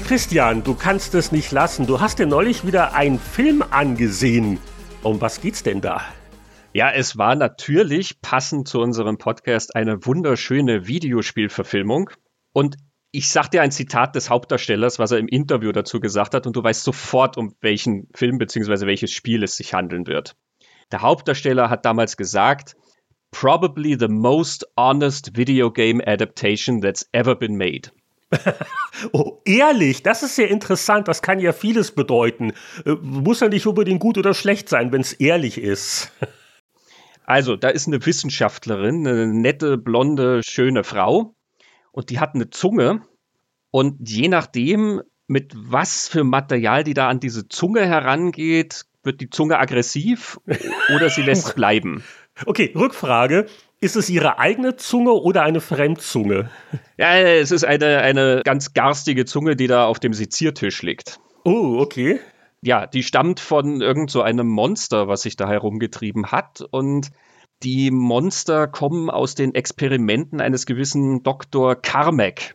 Christian, du kannst es nicht lassen. Du hast dir neulich wieder einen Film angesehen. Um was geht's denn da? Ja, es war natürlich passend zu unserem Podcast eine wunderschöne Videospielverfilmung. Und ich sag dir ein Zitat des Hauptdarstellers, was er im Interview dazu gesagt hat, und du weißt sofort, um welchen Film bzw. welches Spiel es sich handeln wird. Der Hauptdarsteller hat damals gesagt, "Probably the most honest video game adaptation that's ever been made." Oh, ehrlich, das ist sehr interessant. Das kann ja vieles bedeuten. Muss ja nicht unbedingt gut oder schlecht sein, wenn es ehrlich ist. Also, da ist eine Wissenschaftlerin, eine nette, blonde, schöne Frau. Und die hat eine Zunge. Und je nachdem, mit was für Material die da an diese Zunge herangeht, wird die Zunge aggressiv oder sie lässt es bleiben. Okay, Rückfrage. Ist es ihre eigene Zunge oder eine Fremdzunge? Ja, es ist eine ganz garstige Zunge, die da auf dem Seziertisch liegt. Oh, okay. Ja, die stammt von irgend so einem Monster, was sich da herumgetrieben hat. Und die Monster kommen aus den Experimenten eines gewissen Dr. Carmack.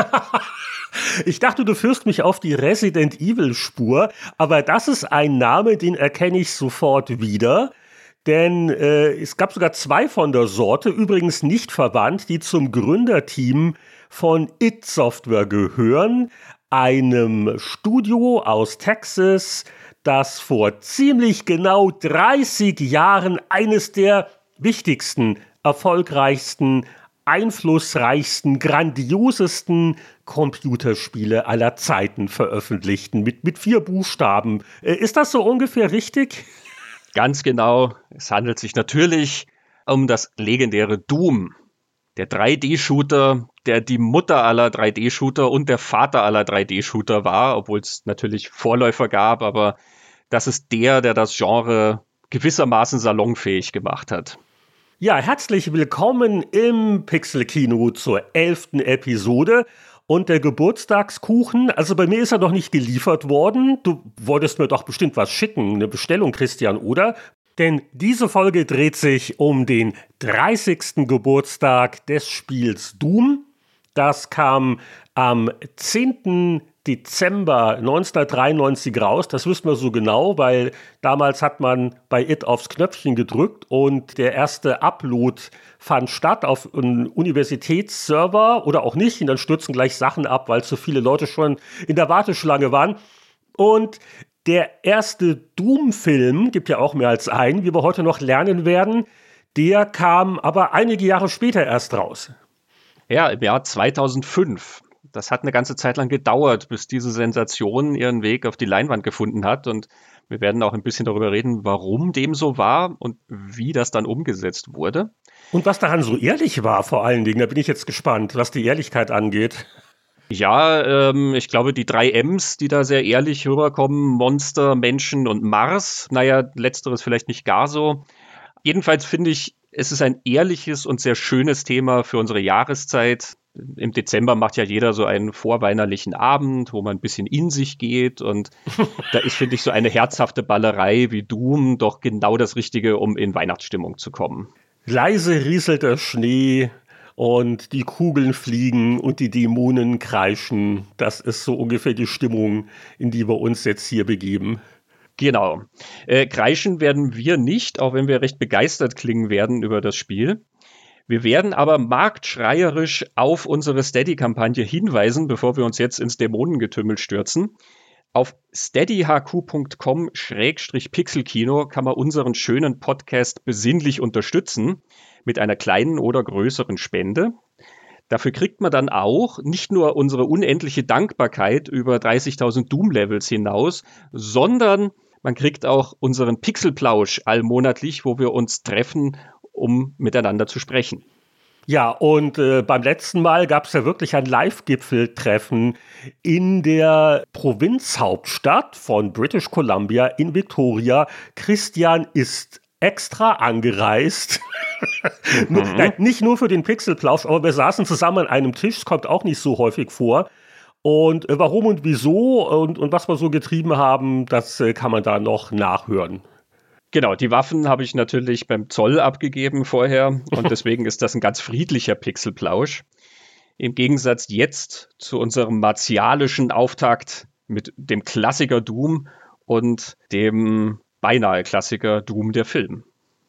Ich dachte, du führst mich auf die Resident Evil Spur, aber das ist ein Name, den erkenne ich sofort wieder. Denn es gab sogar 2 von der Sorte, übrigens nicht verwandt, die zum Gründerteam von id Software gehören, einem Studio aus Texas, das vor ziemlich genau 30 Jahren eines der wichtigsten, erfolgreichsten, einflussreichsten, grandiosesten Computerspiele aller Zeiten veröffentlichten, mit 4 Buchstaben. Ist das so ungefähr richtig? Ganz genau. Es handelt sich natürlich um das legendäre Doom. Der 3D-Shooter, der die Mutter aller 3D-Shooter und der Vater aller 3D-Shooter war, obwohl es natürlich Vorläufer gab, aber das ist der das Genre gewissermaßen salonfähig gemacht hat. Ja, herzlich willkommen im Pixel-Kino zur 11. Episode. Und der Geburtstagskuchen, also bei mir ist er noch nicht geliefert worden. Du wolltest mir doch bestimmt was schicken, eine Bestellung, Christian, oder? Denn diese Folge dreht sich um den 30. Geburtstag des Spiels Doom. Das kam am 10. Dezember 1993 raus. Das wissen wir so genau, weil damals hat man bei id aufs Knöpfchen gedrückt und der erste Upload fand statt auf einen Universitätsserver oder auch nicht. Und dann stürzen gleich Sachen ab, weil zu viele Leute schon in der Warteschlange waren. Und der erste Doom-Film, gibt ja auch mehr als einen, wie wir heute noch lernen werden, der kam aber einige Jahre später erst raus. Ja, im Jahr 2005. Das hat eine ganze Zeit lang gedauert, bis diese Sensation ihren Weg auf die Leinwand gefunden hat. Und wir werden auch ein bisschen darüber reden, warum dem so war und wie das dann umgesetzt wurde. Und was daran so ehrlich war vor allen Dingen, da bin ich jetzt gespannt, was die Ehrlichkeit angeht. Ja, ich glaube, die 3 M's, die da sehr ehrlich rüberkommen, Monster, Menschen und Mars, naja, letzteres vielleicht nicht gar so. Jedenfalls finde ich, es ist ein ehrliches und sehr schönes Thema für unsere Jahreszeit. Im Dezember macht ja jeder so einen vorweinerlichen Abend, wo man ein bisschen in sich geht. Und da ist, finde ich, so eine herzhafte Ballerei wie Doom doch genau das Richtige, um in Weihnachtsstimmung zu kommen. Leise rieselt der Schnee und die Kugeln fliegen und die Dämonen kreischen. Das ist so ungefähr die Stimmung, in die wir uns jetzt hier begeben. Genau. Kreischen werden wir nicht, auch wenn wir recht begeistert klingen werden über das Spiel. Wir werden aber marktschreierisch auf unsere Steady-Kampagne hinweisen, bevor wir uns jetzt ins Dämonengetümmel stürzen. Auf steadyhq.com/pixelkino kann man unseren schönen Podcast besinnlich unterstützen mit einer kleinen oder größeren Spende. Dafür kriegt man dann auch nicht nur unsere unendliche Dankbarkeit über 30.000 Doom-Levels hinaus, sondern man kriegt auch unseren Pixelplausch allmonatlich, wo wir uns treffen, um miteinander zu sprechen. Ja, und beim letzten Mal gab es ja wirklich ein Live-Gipfeltreffen in der Provinzhauptstadt von British Columbia in Victoria. Christian ist extra angereist. Nein, nicht nur für den Pixelplausch, aber wir saßen zusammen an einem Tisch, das kommt auch nicht so häufig vor. Und warum und wieso und was wir so getrieben haben, das kann man da noch nachhören. Genau, die Waffen habe ich natürlich beim Zoll abgegeben vorher und deswegen ist das ein ganz friedlicher Pixelplausch. Im Gegensatz jetzt zu unserem martialischen Auftakt mit dem Klassiker Doom und dem beinahe Klassiker Doom der Film.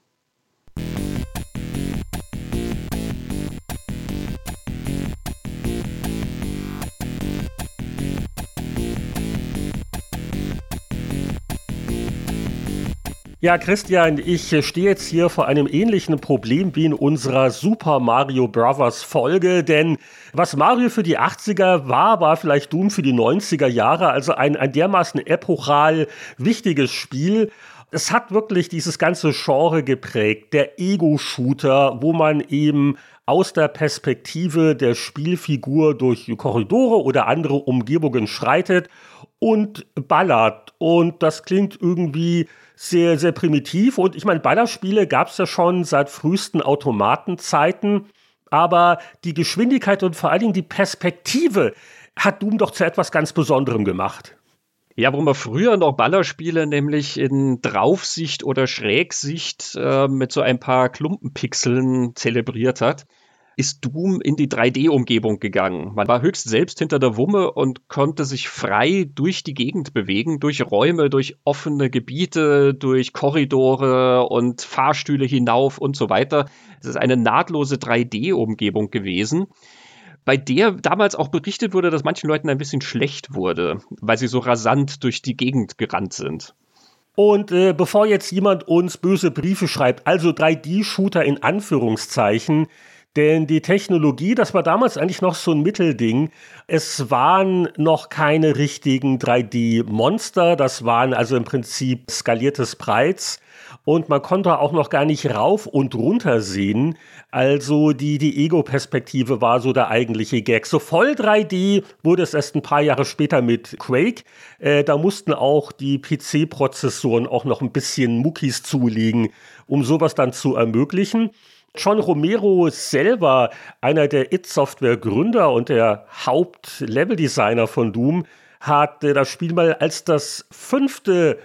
Ja, Christian, ich stehe jetzt hier vor einem ähnlichen Problem wie in unserer Super Mario Bros. Folge, denn was Mario für die 80er war vielleicht Doom für die 90er Jahre, also ein dermaßen epochal wichtiges Spiel. Es hat wirklich dieses ganze Genre geprägt, der Ego-Shooter, wo man eben aus der Perspektive der Spielfigur durch Korridore oder andere Umgebungen schreitet und ballert. Und das klingt irgendwie sehr, sehr primitiv. Und ich meine, Ballerspiele gab es ja schon seit frühesten Automatenzeiten. Aber die Geschwindigkeit und vor allen Dingen die Perspektive hat Doom doch zu etwas ganz Besonderem gemacht. Ja, wo man früher noch Ballerspiele nämlich in Draufsicht oder Schrägsicht mit so ein paar Klumpenpixeln zelebriert hat, ist Doom in die 3D-Umgebung gegangen. Man war höchst selbst hinter der Wumme und konnte sich frei durch die Gegend bewegen, durch Räume, durch offene Gebiete, durch Korridore und Fahrstühle hinauf und so weiter. Es ist eine nahtlose 3D-Umgebung gewesen, bei der damals auch berichtet wurde, dass manchen Leuten ein bisschen schlecht wurde, weil sie so rasant durch die Gegend gerannt sind. Und bevor jetzt jemand uns böse Briefe schreibt, also 3D-Shooter in Anführungszeichen, denn die Technologie, das war damals eigentlich noch so ein Mittelding. Es waren noch keine richtigen 3D-Monster, das waren also im Prinzip skalierte Sprites. Und man konnte auch noch gar nicht rauf und runter sehen. Also die Ego-Perspektive war so der eigentliche Gag. So voll 3D wurde es erst ein paar Jahre später mit Quake. Da mussten auch die PC-Prozessoren auch noch ein bisschen Muckis zulegen, um sowas dann zu ermöglichen. John Romero selber, einer der id-Software-Gründer und der Haupt-Level-Designer von Doom, hat das Spiel mal als das 5.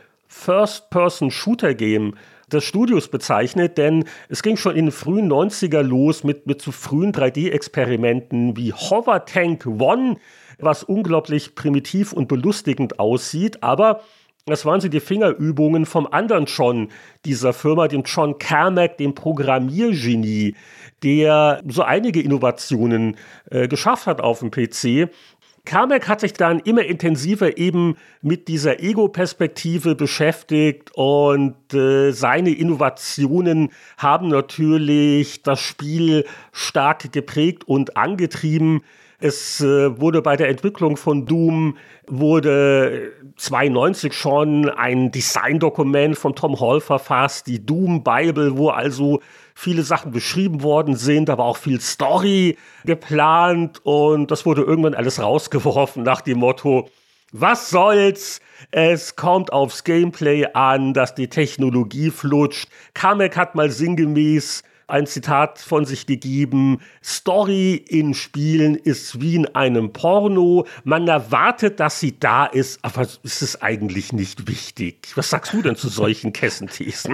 First-Person-Shooter-Game des Studios bezeichnet, denn es ging schon in den frühen 90er los mit so frühen 3D-Experimenten wie Hover Tank One, was unglaublich primitiv und belustigend aussieht, aber das waren so die Fingerübungen vom anderen John dieser Firma, dem John Carmack, dem Programmiergenie, der so einige Innovationen geschafft hat auf dem PC. Carmack hat sich dann immer intensiver eben mit dieser Ego-Perspektive beschäftigt und seine Innovationen haben natürlich das Spiel stark geprägt und angetrieben. Es wurde bei der Entwicklung von Doom, wurde 92 schon ein Designdokument von Tom Hall verfasst, die Doom Bible, wo also viele Sachen beschrieben worden sind, aber auch viel Story geplant und das wurde irgendwann alles rausgeworfen nach dem Motto, was soll's? Es kommt aufs Gameplay an, dass die Technologie flutscht. Carmack hat mal sinngemäß ein Zitat von sich gegeben, Story in Spielen ist wie in einem Porno, man erwartet, dass sie da ist, aber es ist eigentlich nicht wichtig. Was sagst du denn zu solchen Kessenthesen?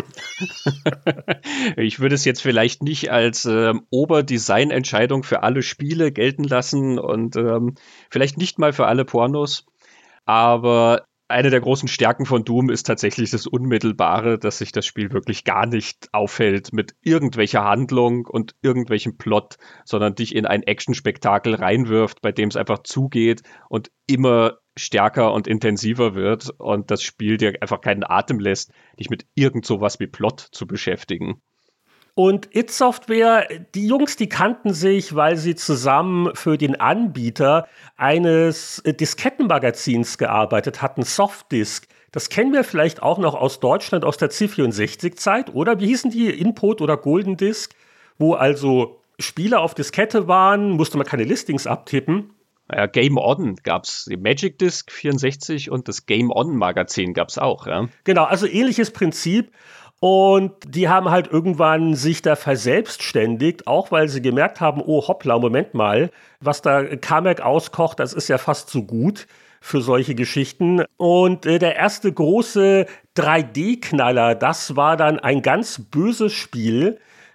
Ich würde es jetzt vielleicht nicht als Oberdesignentscheidung für alle Spiele gelten lassen und vielleicht nicht mal für alle Pornos, aber eine der großen Stärken von Doom ist tatsächlich das Unmittelbare, dass sich das Spiel wirklich gar nicht aufhält mit irgendwelcher Handlung und irgendwelchem Plot, sondern dich in ein Actionspektakel reinwirft, bei dem es einfach zugeht und immer stärker und intensiver wird und das Spiel dir einfach keinen Atem lässt, dich mit irgend sowas wie Plot zu beschäftigen. Und id-Software, die Jungs, die kannten sich, weil sie zusammen für den Anbieter eines Diskettenmagazins gearbeitet hatten, Softdisk. Das kennen wir vielleicht auch noch aus Deutschland, aus der C64-Zeit, oder? Wie hießen die? Input oder Golden Disk? Wo also Spiele auf Diskette waren, musste man keine Listings abtippen. Ja, Game On gab's, die Magic Disk 64 und das Game On Magazin gab's auch, ja. Genau, also ähnliches Prinzip. Und die haben halt irgendwann sich da verselbstständigt, auch weil sie gemerkt haben, oh hoppla, Moment mal, was da Carmack auskocht, das ist ja fast zu gut für solche Geschichten. Und der erste große 3D-Knaller, das war dann ein ganz böses Spiel,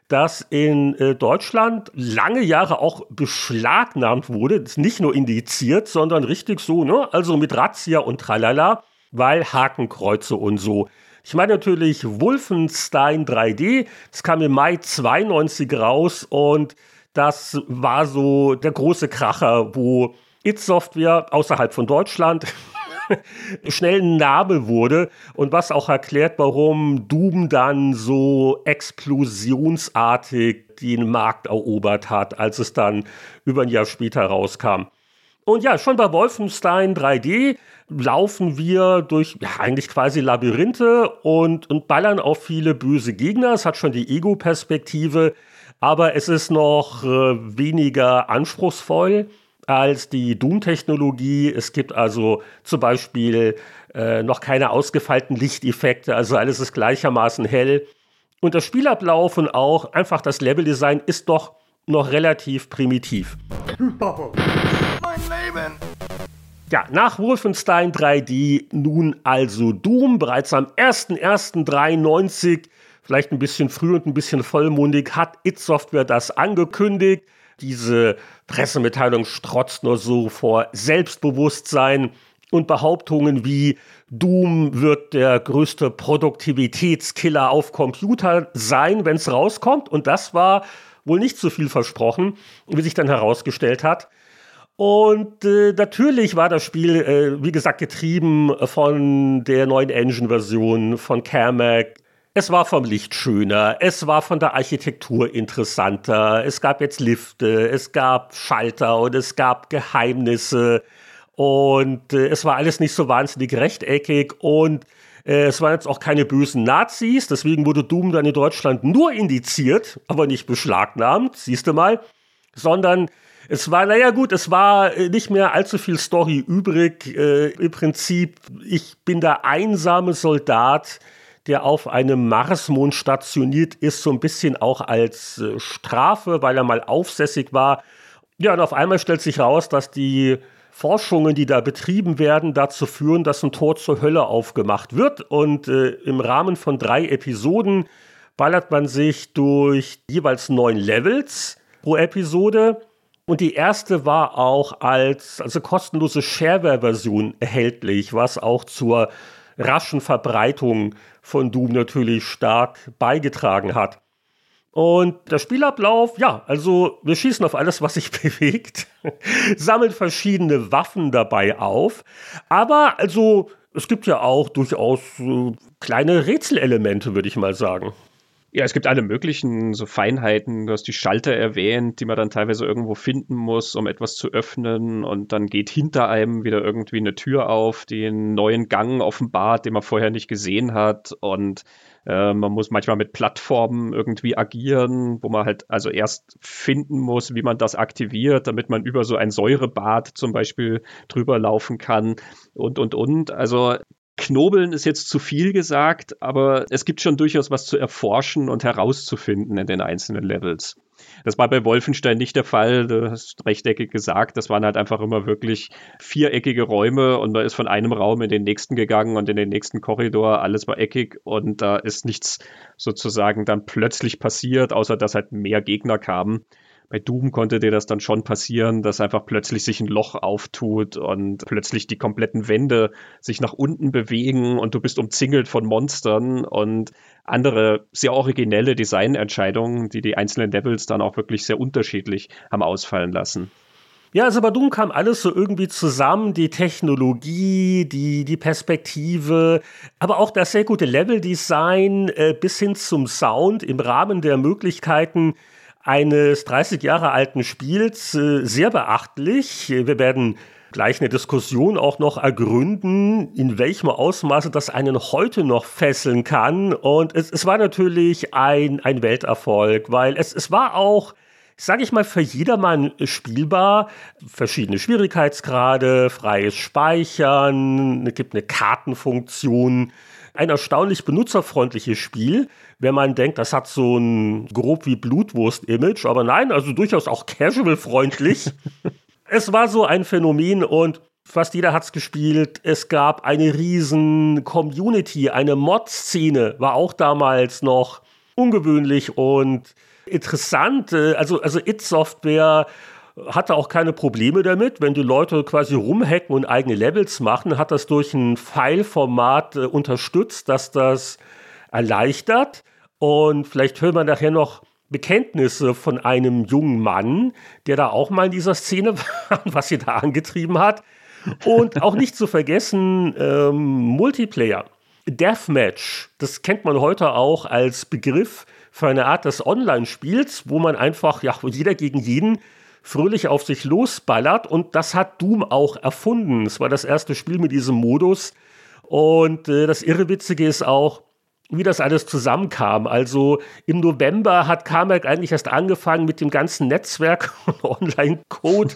das in Deutschland lange Jahre auch beschlagnahmt wurde. Das ist nicht nur indiziert, sondern richtig so, ne? Also mit Razzia und Tralala, weil Hakenkreuze und so. Ich meine natürlich Wolfenstein 3D, das kam im Mai 92 raus und das war so der große Kracher, wo id Software außerhalb von Deutschland schnell ein Name wurde und was auch erklärt, warum Doom dann so explosionsartig den Markt erobert hat, als es dann über ein Jahr später rauskam. Und ja, schon bei Wolfenstein 3D laufen wir durch eigentlich quasi Labyrinthe und ballern auf viele böse Gegner. Es hat schon die Ego-Perspektive, aber es ist noch weniger anspruchsvoll als die Doom-Technologie. Es gibt also zum Beispiel noch keine ausgefeilten Lichteffekte, also alles ist gleichermaßen hell. Und der Spielablauf und auch einfach das Leveldesign ist doch noch relativ primitiv. Mein Leben! Ja, nach Wolfenstein 3D nun also Doom, bereits am 01.01.93, vielleicht ein bisschen früh und ein bisschen vollmundig, hat id Software das angekündigt. Diese Pressemitteilung strotzt nur so vor Selbstbewusstsein und Behauptungen wie Doom wird der größte Produktivitätskiller auf Computer sein, wenn es rauskommt. Und das war wohl nicht so viel versprochen, wie sich dann herausgestellt hat. Und natürlich war das Spiel, wie gesagt, getrieben von der neuen Engine-Version von Carmack. Es war vom Licht schöner, es war von der Architektur interessanter, es gab jetzt Lifte, es gab Schalter und es gab Geheimnisse und es war alles nicht so wahnsinnig rechteckig und es waren jetzt auch keine bösen Nazis, deswegen wurde Doom dann in Deutschland nur indiziert, aber nicht beschlagnahmt, siehst du mal, sondern es war, es war nicht mehr allzu viel Story übrig. Im Prinzip, ich bin der einsame Soldat, der auf einem Marsmond stationiert ist, so ein bisschen auch als Strafe, weil er mal aufsässig war. Ja, und auf einmal stellt sich raus, dass die Forschungen, die da betrieben werden, dazu führen, dass ein Tor zur Hölle aufgemacht wird. Und im Rahmen von 3 Episoden ballert man sich durch jeweils 9 Levels pro Episode. Und die erste war auch als kostenlose Shareware-Version erhältlich, was auch zur raschen Verbreitung von Doom natürlich stark beigetragen hat. Und der Spielablauf, wir schießen auf alles, was sich bewegt, sammeln verschiedene Waffen dabei auf, aber es gibt ja auch durchaus kleine Rätselelemente, würde ich mal sagen. Ja, es gibt alle möglichen so Feinheiten. Du hast die Schalter erwähnt, die man dann teilweise irgendwo finden muss, um etwas zu öffnen. Und dann geht hinter einem wieder irgendwie eine Tür auf, die einen neuen Gang offenbart, den man vorher nicht gesehen hat. Und man muss manchmal mit Plattformen irgendwie agieren, wo man halt also erst finden muss, wie man das aktiviert, damit man über so ein Säurebad zum Beispiel drüber laufen kann und. Also Knobeln ist jetzt zu viel gesagt, aber es gibt schon durchaus was zu erforschen und herauszufinden in den einzelnen Levels. Das war bei Wolfenstein nicht der Fall, du hast rechteckig gesagt, das waren halt einfach immer wirklich viereckige Räume und man ist von einem Raum in den nächsten gegangen und in den nächsten Korridor, alles war eckig und da ist nichts sozusagen dann plötzlich passiert, außer dass halt mehr Gegner kamen. Bei Doom konnte dir das dann schon passieren, dass einfach plötzlich sich ein Loch auftut und plötzlich die kompletten Wände sich nach unten bewegen und du bist umzingelt von Monstern und andere sehr originelle Designentscheidungen, die die einzelnen Levels dann auch wirklich sehr unterschiedlich haben ausfallen lassen. Ja, also bei Doom kam alles so irgendwie zusammen, die Technologie, die Perspektive, aber auch das sehr gute Leveldesign bis hin zum Sound im Rahmen der Möglichkeiten eines 30 Jahre alten Spiels sehr beachtlich. Wir werden gleich eine Diskussion auch noch ergründen, in welchem Ausmaße das einen heute noch fesseln kann. Und es war natürlich ein Welterfolg, weil es war auch, sage ich mal, für jedermann spielbar. Verschiedene Schwierigkeitsgrade, freies Speichern, es gibt eine Kartenfunktion. Ein erstaunlich benutzerfreundliches Spiel, wenn man denkt, das hat so ein grob wie Blutwurst-Image. Aber nein, also durchaus auch casual-freundlich. Es war so ein Phänomen und fast jeder hat's gespielt. Es gab eine riesen Community, eine Mod-Szene war auch damals noch ungewöhnlich und interessant. Also id Software hatte auch keine Probleme damit. Wenn die Leute quasi rumhacken und eigene Levels machen, hat das durch ein File-Format unterstützt, dass das erleichtert. Und vielleicht hören wir nachher noch Bekenntnisse von einem jungen Mann, der da auch mal in dieser Szene war, was ihn da angetrieben hat. Und auch nicht zu vergessen, Multiplayer. Deathmatch, das kennt man heute auch als Begriff für eine Art des Online-Spiels, wo man einfach, jeder gegen jeden fröhlich auf sich losballert. Und das hat Doom auch erfunden. Es war das erste Spiel mit diesem Modus. Und das Irrewitzige ist auch, wie das alles zusammenkam. Also im November hat Carmack eigentlich erst angefangen mit dem ganzen Netzwerk und Online-Code.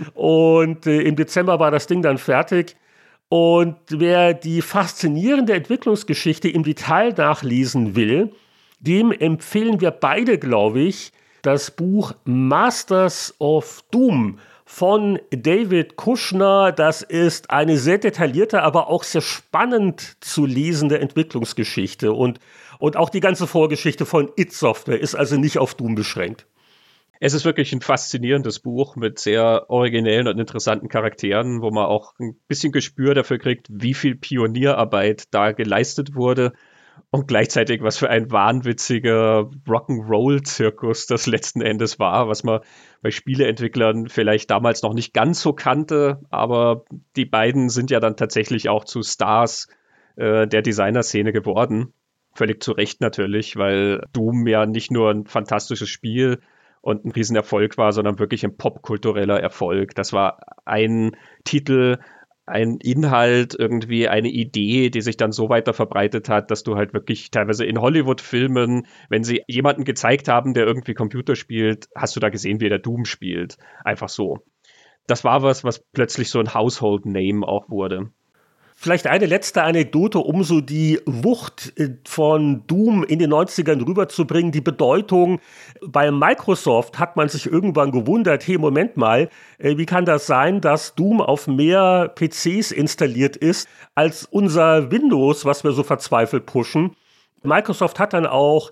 Und im Dezember war das Ding dann fertig. Und wer die faszinierende Entwicklungsgeschichte im Detail nachlesen will, dem empfehlen wir beide, glaube ich, das Buch Masters of Doom von David Kushner. Das ist eine sehr detaillierte, aber auch sehr spannend zu lesende Entwicklungsgeschichte. Und auch die ganze Vorgeschichte von id Software ist also nicht auf Doom beschränkt. Es ist wirklich ein faszinierendes Buch mit sehr originellen und interessanten Charakteren, wo man auch ein bisschen Gespür dafür kriegt, wie viel Pionierarbeit da geleistet wurde und gleichzeitig was für ein wahnwitziger Rock'n'Roll-Zirkus das letzten Endes war, was man bei Spieleentwicklern vielleicht damals noch nicht ganz so kannte, aber die beiden sind ja dann tatsächlich auch zu Stars der Designer-Szene geworden. Völlig zu Recht natürlich, weil Doom ja nicht nur ein fantastisches Spiel und ein Riesenerfolg war, sondern wirklich ein popkultureller Erfolg. Das war ein Titel, ein Inhalt, irgendwie eine Idee, die sich dann so weiter verbreitet hat, dass du halt wirklich teilweise in Hollywood-Filmen, wenn sie jemanden gezeigt haben, der irgendwie Computer spielt, hast du da gesehen, wie der Doom spielt. Einfach so. Das war was plötzlich so ein Household Name auch wurde. Vielleicht eine letzte Anekdote, um so die Wucht von Doom in den 90ern rüberzubringen, die Bedeutung. Bei Microsoft hat man sich irgendwann gewundert, hey, Moment mal, wie kann das sein, dass Doom auf mehr PCs installiert ist als unser Windows, was wir so verzweifelt pushen? Microsoft hat dann auch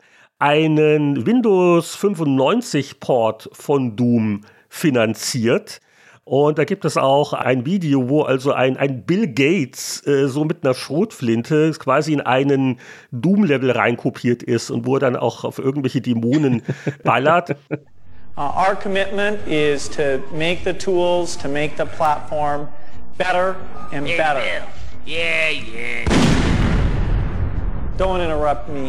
einen Windows 95 Port von Doom finanziert. Und da gibt es auch ein Video, wo also ein Bill Gates so mit einer Schrotflinte quasi in einen Doom-Level reinkopiert ist und wo er dann auch auf irgendwelche Dämonen ballert. Our commitment is to make the tools, to make the platform better and better. Yeah. Don't interrupt me.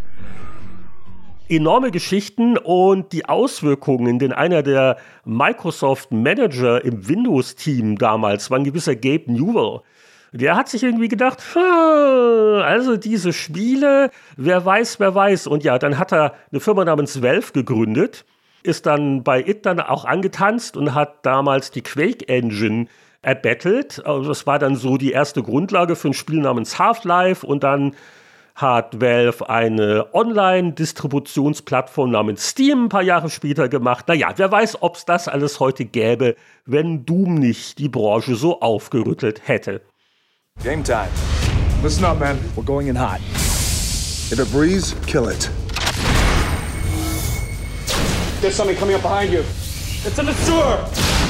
Enorme Geschichten und die Auswirkungen, denn einer der Microsoft-Manager im Windows-Team damals war ein gewisser Gabe Newell. Der hat sich irgendwie gedacht, also diese Spiele, wer weiß. Und ja, dann hat er eine Firma namens Valve gegründet, ist dann bei id dann auch angetanzt und hat damals die Quake-Engine erbettelt. Also das war dann so die erste Grundlage für ein Spiel namens Half-Life und dann hat Valve eine Online-Distributionsplattform namens Steam ein paar Jahre später gemacht. Naja, wer weiß, ob es das alles heute gäbe, wenn Doom nicht die Branche so aufgerüttelt hätte. Game time. Listen up, man. We're going in hot. If it breathes, kill it. There's something coming up behind you. It's in the sewer!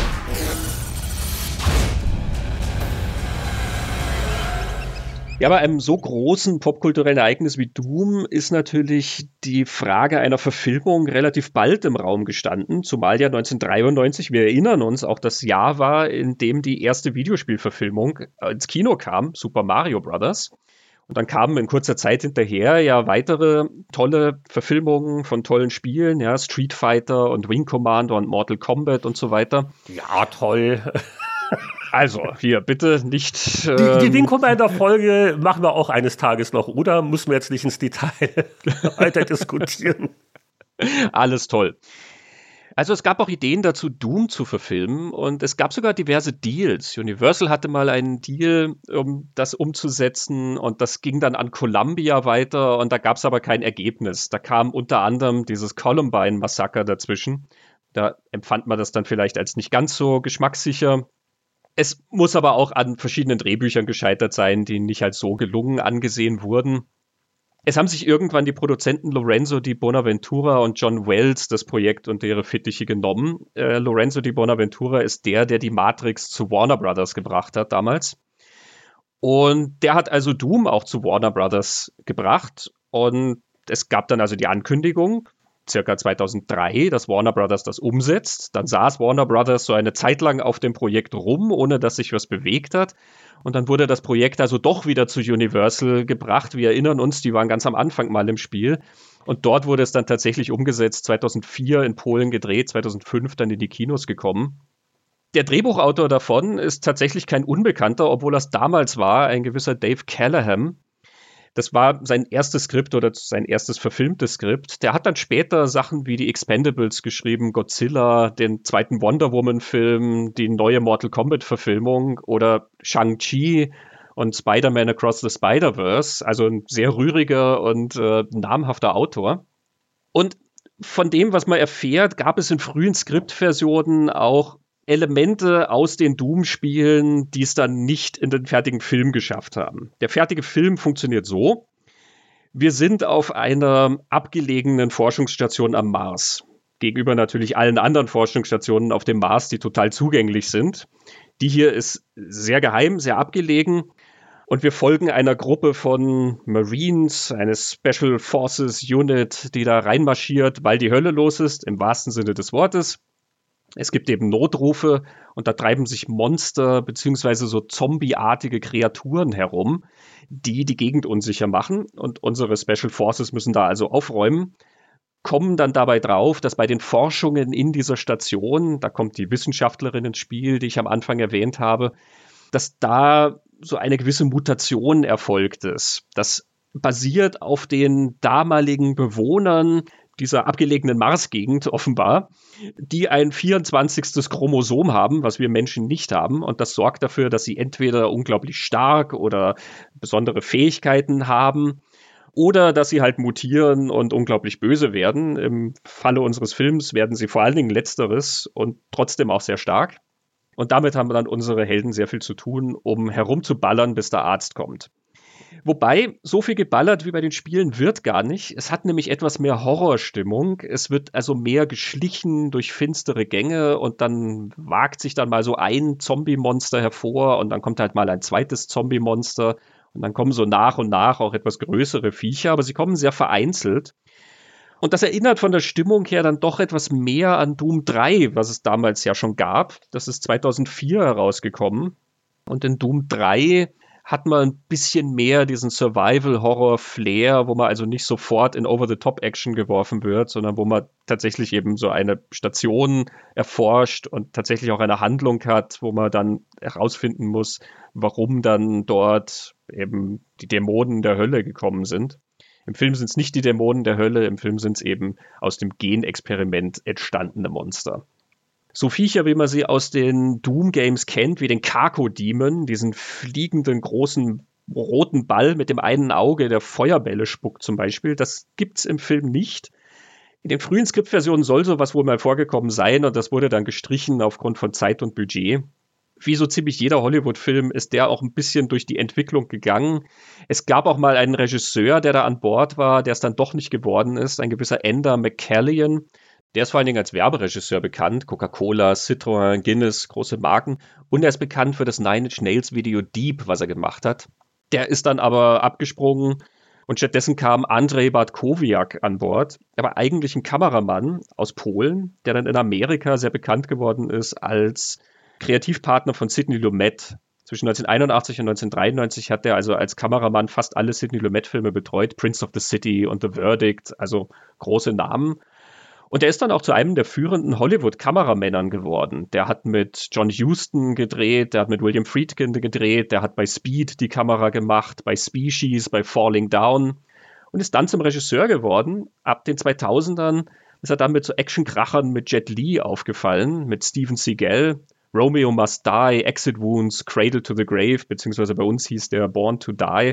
Ja, bei einem so großen popkulturellen Ereignis wie Doom ist natürlich die Frage einer Verfilmung relativ bald im Raum gestanden, zumal ja 1993, wir erinnern uns, auch das Jahr war, in dem die erste Videospielverfilmung ins Kino kam, Super Mario Bros. Und dann kamen in kurzer Zeit hinterher ja weitere tolle Verfilmungen von tollen Spielen, ja, Street Fighter und Wing Commander und Mortal Kombat und so weiter. Ja, toll. Also, hier, bitte nicht... Die Wing Commander-Folge machen wir auch eines Tages noch, oder? Müssen wir jetzt nicht ins Detail weiter diskutieren. Alles toll. Also es gab auch Ideen dazu, Doom zu verfilmen und es gab sogar diverse Deals. Universal hatte mal einen Deal, um das umzusetzen und das ging dann an Columbia weiter und da gab es aber kein Ergebnis. Da kam unter anderem dieses Columbine-Massaker dazwischen. Da empfand man das dann vielleicht als nicht ganz so geschmackssicher. Es muss aber auch an verschiedenen Drehbüchern gescheitert sein, die nicht als so gelungen angesehen wurden. Es haben sich irgendwann die Produzenten Lorenzo di Bonaventura und John Wells das Projekt unter ihre Fittiche genommen. Lorenzo di Bonaventura ist der die Matrix zu Warner Brothers gebracht hat damals. Und der hat also Doom auch zu Warner Brothers gebracht. Und es gab dann also die Ankündigung, circa 2003, dass Warner Brothers das umsetzt. Dann saß Warner Brothers so eine Zeit lang auf dem Projekt rum, ohne dass sich was bewegt hat. Und dann wurde das Projekt also doch wieder zu Universal gebracht. Wir erinnern uns, die waren ganz am Anfang mal im Spiel. Und dort wurde es dann tatsächlich umgesetzt, 2004 in Polen gedreht, 2005 dann in die Kinos gekommen. Der Drehbuchautor davon ist tatsächlich kein Unbekannter, obwohl das damals war, ein gewisser Dave Callaham. Das war sein erstes Skript oder sein erstes verfilmtes Skript. Der hat dann später Sachen wie die Expendables geschrieben, Godzilla, den zweiten Wonder Woman-Film, die neue Mortal Kombat-Verfilmung oder Shang-Chi und Spider-Man Across the Spider-Verse. Also ein sehr rühriger und namhafter Autor. Und von dem, was man erfährt, gab es in frühen Skriptversionen auch Elemente aus den Doom-Spielen, die es dann nicht in den fertigen Film geschafft haben. Der fertige Film funktioniert so: Wir sind auf einer abgelegenen Forschungsstation am Mars. Gegenüber natürlich allen anderen Forschungsstationen auf dem Mars, die total zugänglich sind. Die hier ist sehr geheim, sehr abgelegen. Und wir folgen einer Gruppe von Marines, eine Special Forces Unit, die da reinmarschiert, weil die Hölle los ist, im wahrsten Sinne des Wortes. Es gibt eben Notrufe und da treiben sich Monster bzw. so zombieartige Kreaturen herum, die die Gegend unsicher machen. Und unsere Special Forces müssen da also aufräumen, kommen dann dabei drauf, dass bei den Forschungen in dieser Station, da kommt die Wissenschaftlerin ins Spiel, die ich am Anfang erwähnt habe, dass da so eine gewisse Mutation erfolgt ist. Das basiert auf den damaligen Bewohnern dieser abgelegenen Marsgegend offenbar, die ein 24. Chromosom haben, was wir Menschen nicht haben. Und das sorgt dafür, dass sie entweder unglaublich stark oder besondere Fähigkeiten haben oder dass sie halt mutieren und unglaublich böse werden. Im Falle unseres Films werden sie vor allen Dingen Letzteres und trotzdem auch sehr stark. Und damit haben dann unsere Helden sehr viel zu tun, um herumzuballern, bis der Arzt kommt. Wobei, so viel geballert wie bei den Spielen wird gar nicht. Es hat nämlich etwas mehr Horrorstimmung. Es wird also mehr geschlichen durch finstere Gänge und dann wagt sich dann mal so ein Zombie-Monster hervor und dann kommt halt mal ein zweites Zombie-Monster und dann kommen so nach und nach auch etwas größere Viecher, aber sie kommen sehr vereinzelt. Und das erinnert von der Stimmung her dann doch etwas mehr an Doom 3, was es damals ja schon gab. Das ist 2004 herausgekommen. Und in Doom 3 hat man ein bisschen mehr diesen Survival-Horror-Flair, wo man also nicht sofort in Over-the-Top-Action geworfen wird, sondern wo man tatsächlich eben so eine Station erforscht und tatsächlich auch eine Handlung hat, wo man dann herausfinden muss, warum dann dort eben die Dämonen der Hölle gekommen sind. Im Film sind es nicht die Dämonen der Hölle, im Film sind es eben aus dem Genexperiment entstandene Monster. So Viecher, wie man sie aus den Doom-Games kennt, wie den Kako-Demon, diesen fliegenden großen roten Ball mit dem einen Auge, der Feuerbälle spuckt zum Beispiel, das gibt's im Film nicht. In den frühen Skriptversionen soll sowas wohl mal vorgekommen sein und das wurde dann gestrichen aufgrund von Zeit und Budget. Wie so ziemlich jeder Hollywood-Film ist der auch ein bisschen durch die Entwicklung gegangen. Es gab auch mal einen Regisseur, der da an Bord war, der es dann doch nicht geworden ist, ein gewisser Ender McCallion. Der ist vor allen Dingen als Werberegisseur bekannt, Coca-Cola, Citroën, Guinness, große Marken. Und er ist bekannt für das Nine Inch Nails Video Deep, was er gemacht hat. Der ist dann aber abgesprungen und stattdessen kam Andrzej Bartkowiak an Bord. Er war eigentlich ein Kameramann aus Polen, der dann in Amerika sehr bekannt geworden ist als Kreativpartner von Sidney Lumet. Zwischen 1981 und 1993 hat er also als Kameramann fast alle Sidney Lumet-Filme betreut. Prince of the City und The Verdict, also große Namen. Und er ist dann auch zu einem der führenden Hollywood-Kameramännern geworden. Der hat mit John Huston gedreht, der hat mit William Friedkin gedreht, der hat bei Speed die Kamera gemacht, bei Species, bei Falling Down und ist dann zum Regisseur geworden. Ab den 2000ern ist er dann mit so Action-Krachern mit Jet Li aufgefallen, mit Steven Seagal, Romeo Must Die, Exit Wounds, Cradle to the Grave, beziehungsweise bei uns hieß der Born to Die.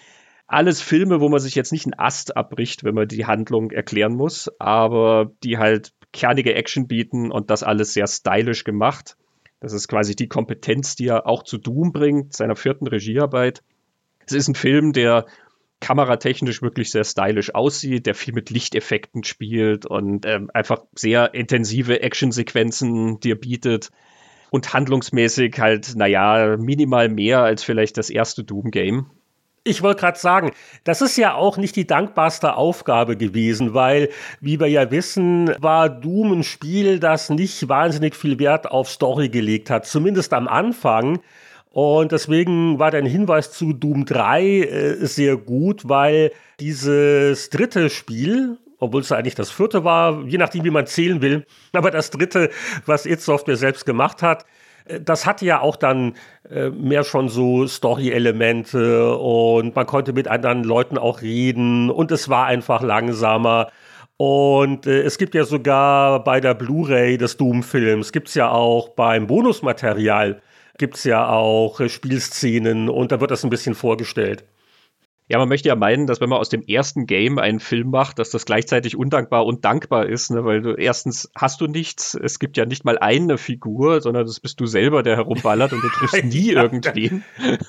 Alles Filme, wo man sich jetzt nicht einen Ast abbricht, wenn man die Handlung erklären muss, aber die halt kernige Action bieten und das alles sehr stylisch gemacht. Das ist quasi die Kompetenz, die er auch zu Doom bringt, seiner 4. Regiearbeit. Es ist ein Film, der kameratechnisch wirklich sehr stylisch aussieht, der viel mit Lichteffekten spielt und einfach sehr intensive Actionsequenzen dir bietet und handlungsmäßig halt, minimal mehr als vielleicht das erste Doom-Game. Ich wollte gerade sagen, das ist ja auch nicht die dankbarste Aufgabe gewesen, weil, wie wir ja wissen, war Doom ein Spiel, das nicht wahnsinnig viel Wert auf Story gelegt hat, zumindest am Anfang. Und deswegen war dein Hinweis zu Doom 3 sehr gut, weil dieses dritte Spiel, obwohl es eigentlich das vierte war, je nachdem, wie man zählen will, aber das dritte, was id Software selbst gemacht hat, das hatte ja auch dann mehr schon so Story-Elemente und man konnte mit anderen Leuten auch reden und es war einfach langsamer. Und es gibt ja sogar bei der Blu-ray des Doom-Films, gibt es ja auch beim Bonusmaterial, gibt es ja auch Spielszenen und da wird das ein bisschen vorgestellt. Ja, man möchte ja meinen, dass wenn man aus dem ersten Game einen Film macht, dass das gleichzeitig undankbar und dankbar ist, ne? Weil du erstens hast du nichts, es gibt ja nicht mal eine Figur, sondern das bist du selber, der herumballert und du triffst nie irgendwen.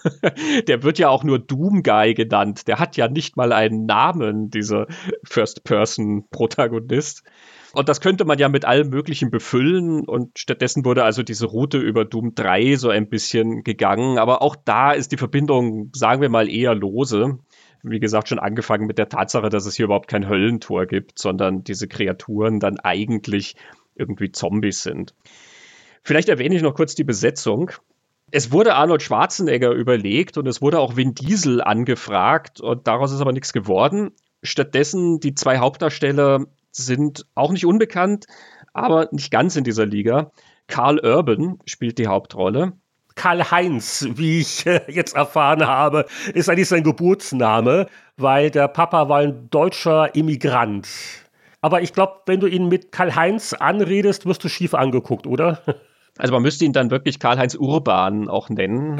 Der wird ja auch nur Doom Guy genannt, der hat ja nicht mal einen Namen, dieser First-Person-Protagonist. Und das könnte man ja mit allem Möglichen befüllen und stattdessen wurde also diese Route über Doom 3 so ein bisschen gegangen. Aber auch da ist die Verbindung, sagen wir mal, eher lose. Wie gesagt, schon angefangen mit der Tatsache, dass es hier überhaupt kein Höllentor gibt, sondern diese Kreaturen dann eigentlich irgendwie Zombies sind. Vielleicht erwähne ich noch kurz die Besetzung. Es wurde Arnold Schwarzenegger überlegt und es wurde auch Vin Diesel angefragt und daraus ist aber nichts geworden. Stattdessen die zwei Hauptdarsteller sind auch nicht unbekannt, aber nicht ganz in dieser Liga. Karl Urban spielt die Hauptrolle. Karl-Heinz, wie ich jetzt erfahren habe, ist eigentlich sein Geburtsname, weil der Papa war ein deutscher Immigrant. Aber ich glaube, wenn du ihn mit Karl-Heinz anredest, wirst du schief angeguckt, oder? Also man müsste ihn dann wirklich Karl-Heinz Urban auch nennen.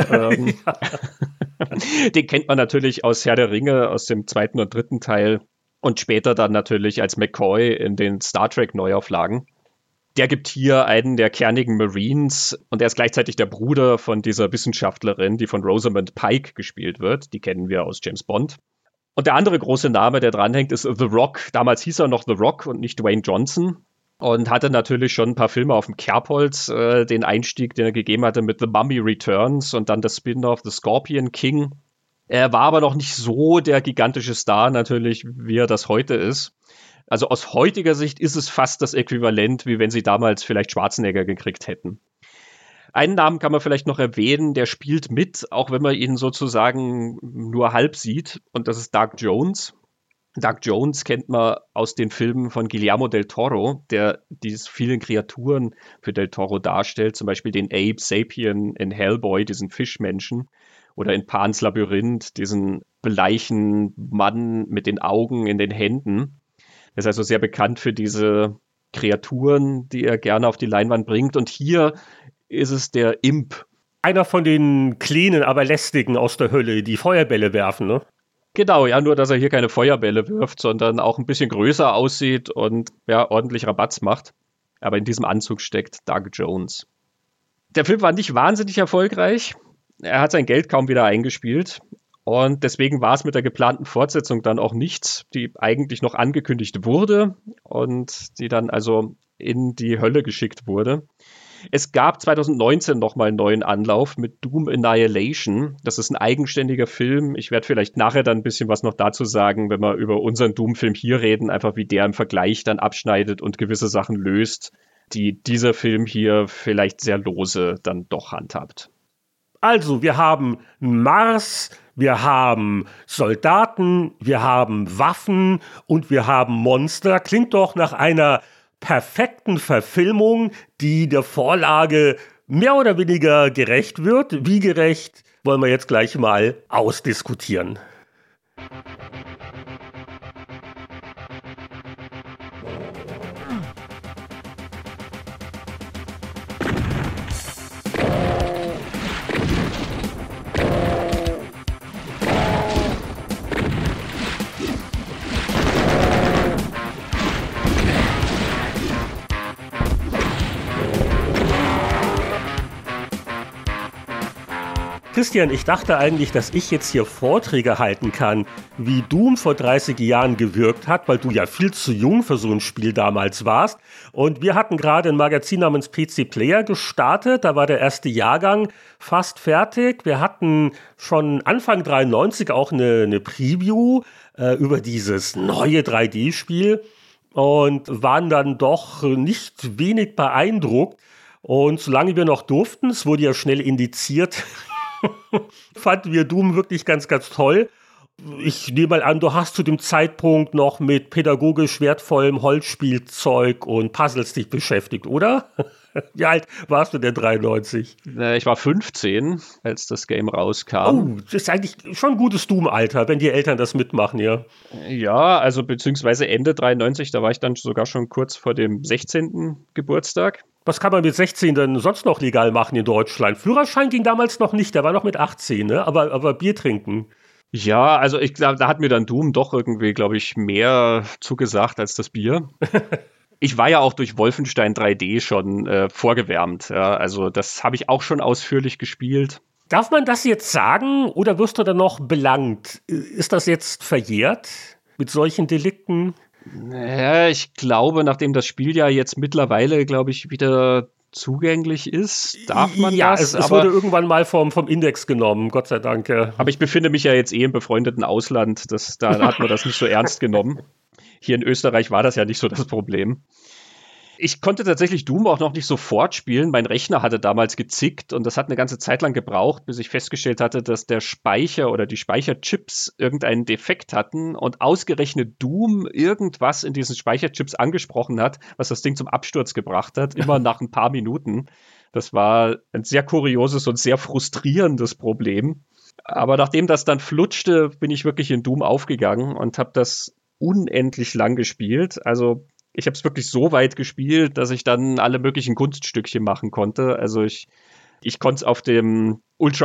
Den kennt man natürlich aus Herr der Ringe, aus dem 2. und 3. Teil. Und später dann natürlich als McCoy in den Star Trek Neuauflagen. Der gibt hier einen der kernigen Marines und er ist gleichzeitig der Bruder von dieser Wissenschaftlerin, die von Rosamund Pike gespielt wird. Die kennen wir aus James Bond. Und der andere große Name, der dranhängt, ist The Rock. Damals hieß er noch The Rock und nicht Dwayne Johnson. Und hatte natürlich schon ein paar Filme auf dem Kerbholz, den Einstieg, den er gegeben hatte mit The Mummy Returns und dann das Spin-off The Scorpion King. Er war aber noch nicht so der gigantische Star natürlich, wie er das heute ist. Also aus heutiger Sicht ist es fast das Äquivalent, wie wenn sie damals vielleicht Schwarzenegger gekriegt hätten. Einen Namen kann man vielleicht noch erwähnen, der spielt mit, auch wenn man ihn sozusagen nur halb sieht. Und das ist Doug Jones. Doug Jones kennt man aus den Filmen von Guillermo del Toro, der diese vielen Kreaturen für del Toro darstellt. Zum Beispiel den Abe Sapien in Hellboy, diesen Fischmenschen. Oder in Pans Labyrinth, diesen bleichen Mann mit den Augen in den Händen. Er ist also sehr bekannt für diese Kreaturen, die er gerne auf die Leinwand bringt. Und hier ist es der Imp. Einer von den kleinen, aber lästigen aus der Hölle, die Feuerbälle werfen, ne? Genau, ja, nur dass er hier keine Feuerbälle wirft, sondern auch ein bisschen größer aussieht und ja, ordentlich Rabatz macht. Aber in diesem Anzug steckt Doug Jones. Der Film war nicht wahnsinnig erfolgreich. Er hat sein Geld kaum wieder eingespielt und deswegen war es mit der geplanten Fortsetzung dann auch nichts, die eigentlich noch angekündigt wurde und die dann also in die Hölle geschickt wurde. Es gab 2019 nochmal einen neuen Anlauf mit Doom Annihilation. Das ist ein eigenständiger Film. Ich werde vielleicht nachher dann ein bisschen was noch dazu sagen, wenn wir über unseren Doom-Film hier reden, einfach wie der im Vergleich dann abschneidet und gewisse Sachen löst, die dieser Film hier vielleicht sehr lose dann doch handhabt. Also, wir haben Mars, wir haben Soldaten, wir haben Waffen und wir haben Monster. Klingt doch nach einer perfekten Verfilmung, die der Vorlage mehr oder weniger gerecht wird. Wie gerecht, wollen wir jetzt gleich mal ausdiskutieren. Christian, ich dachte eigentlich, dass ich jetzt hier Vorträge halten kann, wie Doom vor 30 Jahren gewirkt hat, weil du ja viel zu jung für so ein Spiel damals warst. Und wir hatten gerade ein Magazin namens PC Player gestartet, da war der erste Jahrgang fast fertig. Wir hatten schon Anfang 93 auch eine Preview über dieses neue 3D-Spiel und waren dann doch nicht wenig beeindruckt. Und solange wir noch durften, es wurde ja schnell indiziert, fanden wir Doom wirklich ganz, ganz toll. Ich nehme mal an, du hast zu dem Zeitpunkt noch mit pädagogisch wertvollem Holzspielzeug und Puzzles dich beschäftigt, oder? Wie alt warst du denn 93? Ich war 15, als das Game rauskam. Oh, das ist eigentlich schon ein gutes Doom-Alter, wenn die Eltern das mitmachen, ja. Ja, also beziehungsweise Ende 93, da war ich dann sogar schon kurz vor dem 16. Geburtstag. Was kann man mit 16 denn sonst noch legal machen in Deutschland? Führerschein ging damals noch nicht, der war noch mit 18, ne? Aber Bier trinken. Ja, also ich glaube, da hat mir dann Doom doch irgendwie, glaube ich, mehr zugesagt als das Bier. Ich war ja auch durch Wolfenstein 3D schon vorgewärmt. Ja, also das habe ich auch schon ausführlich gespielt. Darf man das jetzt sagen oder wirst du dann noch belangt? Ist das jetzt verjährt mit solchen Delikten? Ja, ich glaube, nachdem das Spiel ja jetzt mittlerweile, glaube ich, wieder zugänglich ist, darf man ja, das. Es wurde irgendwann mal vom Index genommen, Gott sei Dank. Aber ich befinde mich ja jetzt im befreundeten Ausland, da hat man das nicht so ernst genommen. Hier in Österreich war das ja nicht so das Problem. Ich konnte tatsächlich Doom auch noch nicht sofort spielen. Mein Rechner hatte damals gezickt und das hat eine ganze Zeit lang gebraucht, bis ich festgestellt hatte, dass der Speicher oder die Speicherchips irgendeinen Defekt hatten und ausgerechnet Doom irgendwas in diesen Speicherchips angesprochen hat, was das Ding zum Absturz gebracht hat, immer nach ein paar Minuten. Das war ein sehr kurioses und sehr frustrierendes Problem. Aber nachdem das dann flutschte, bin ich wirklich in Doom aufgegangen und habe das unendlich lang gespielt. Also ich habe es wirklich so weit gespielt, dass ich dann alle möglichen Kunststückchen machen konnte. Also ich konnte es auf dem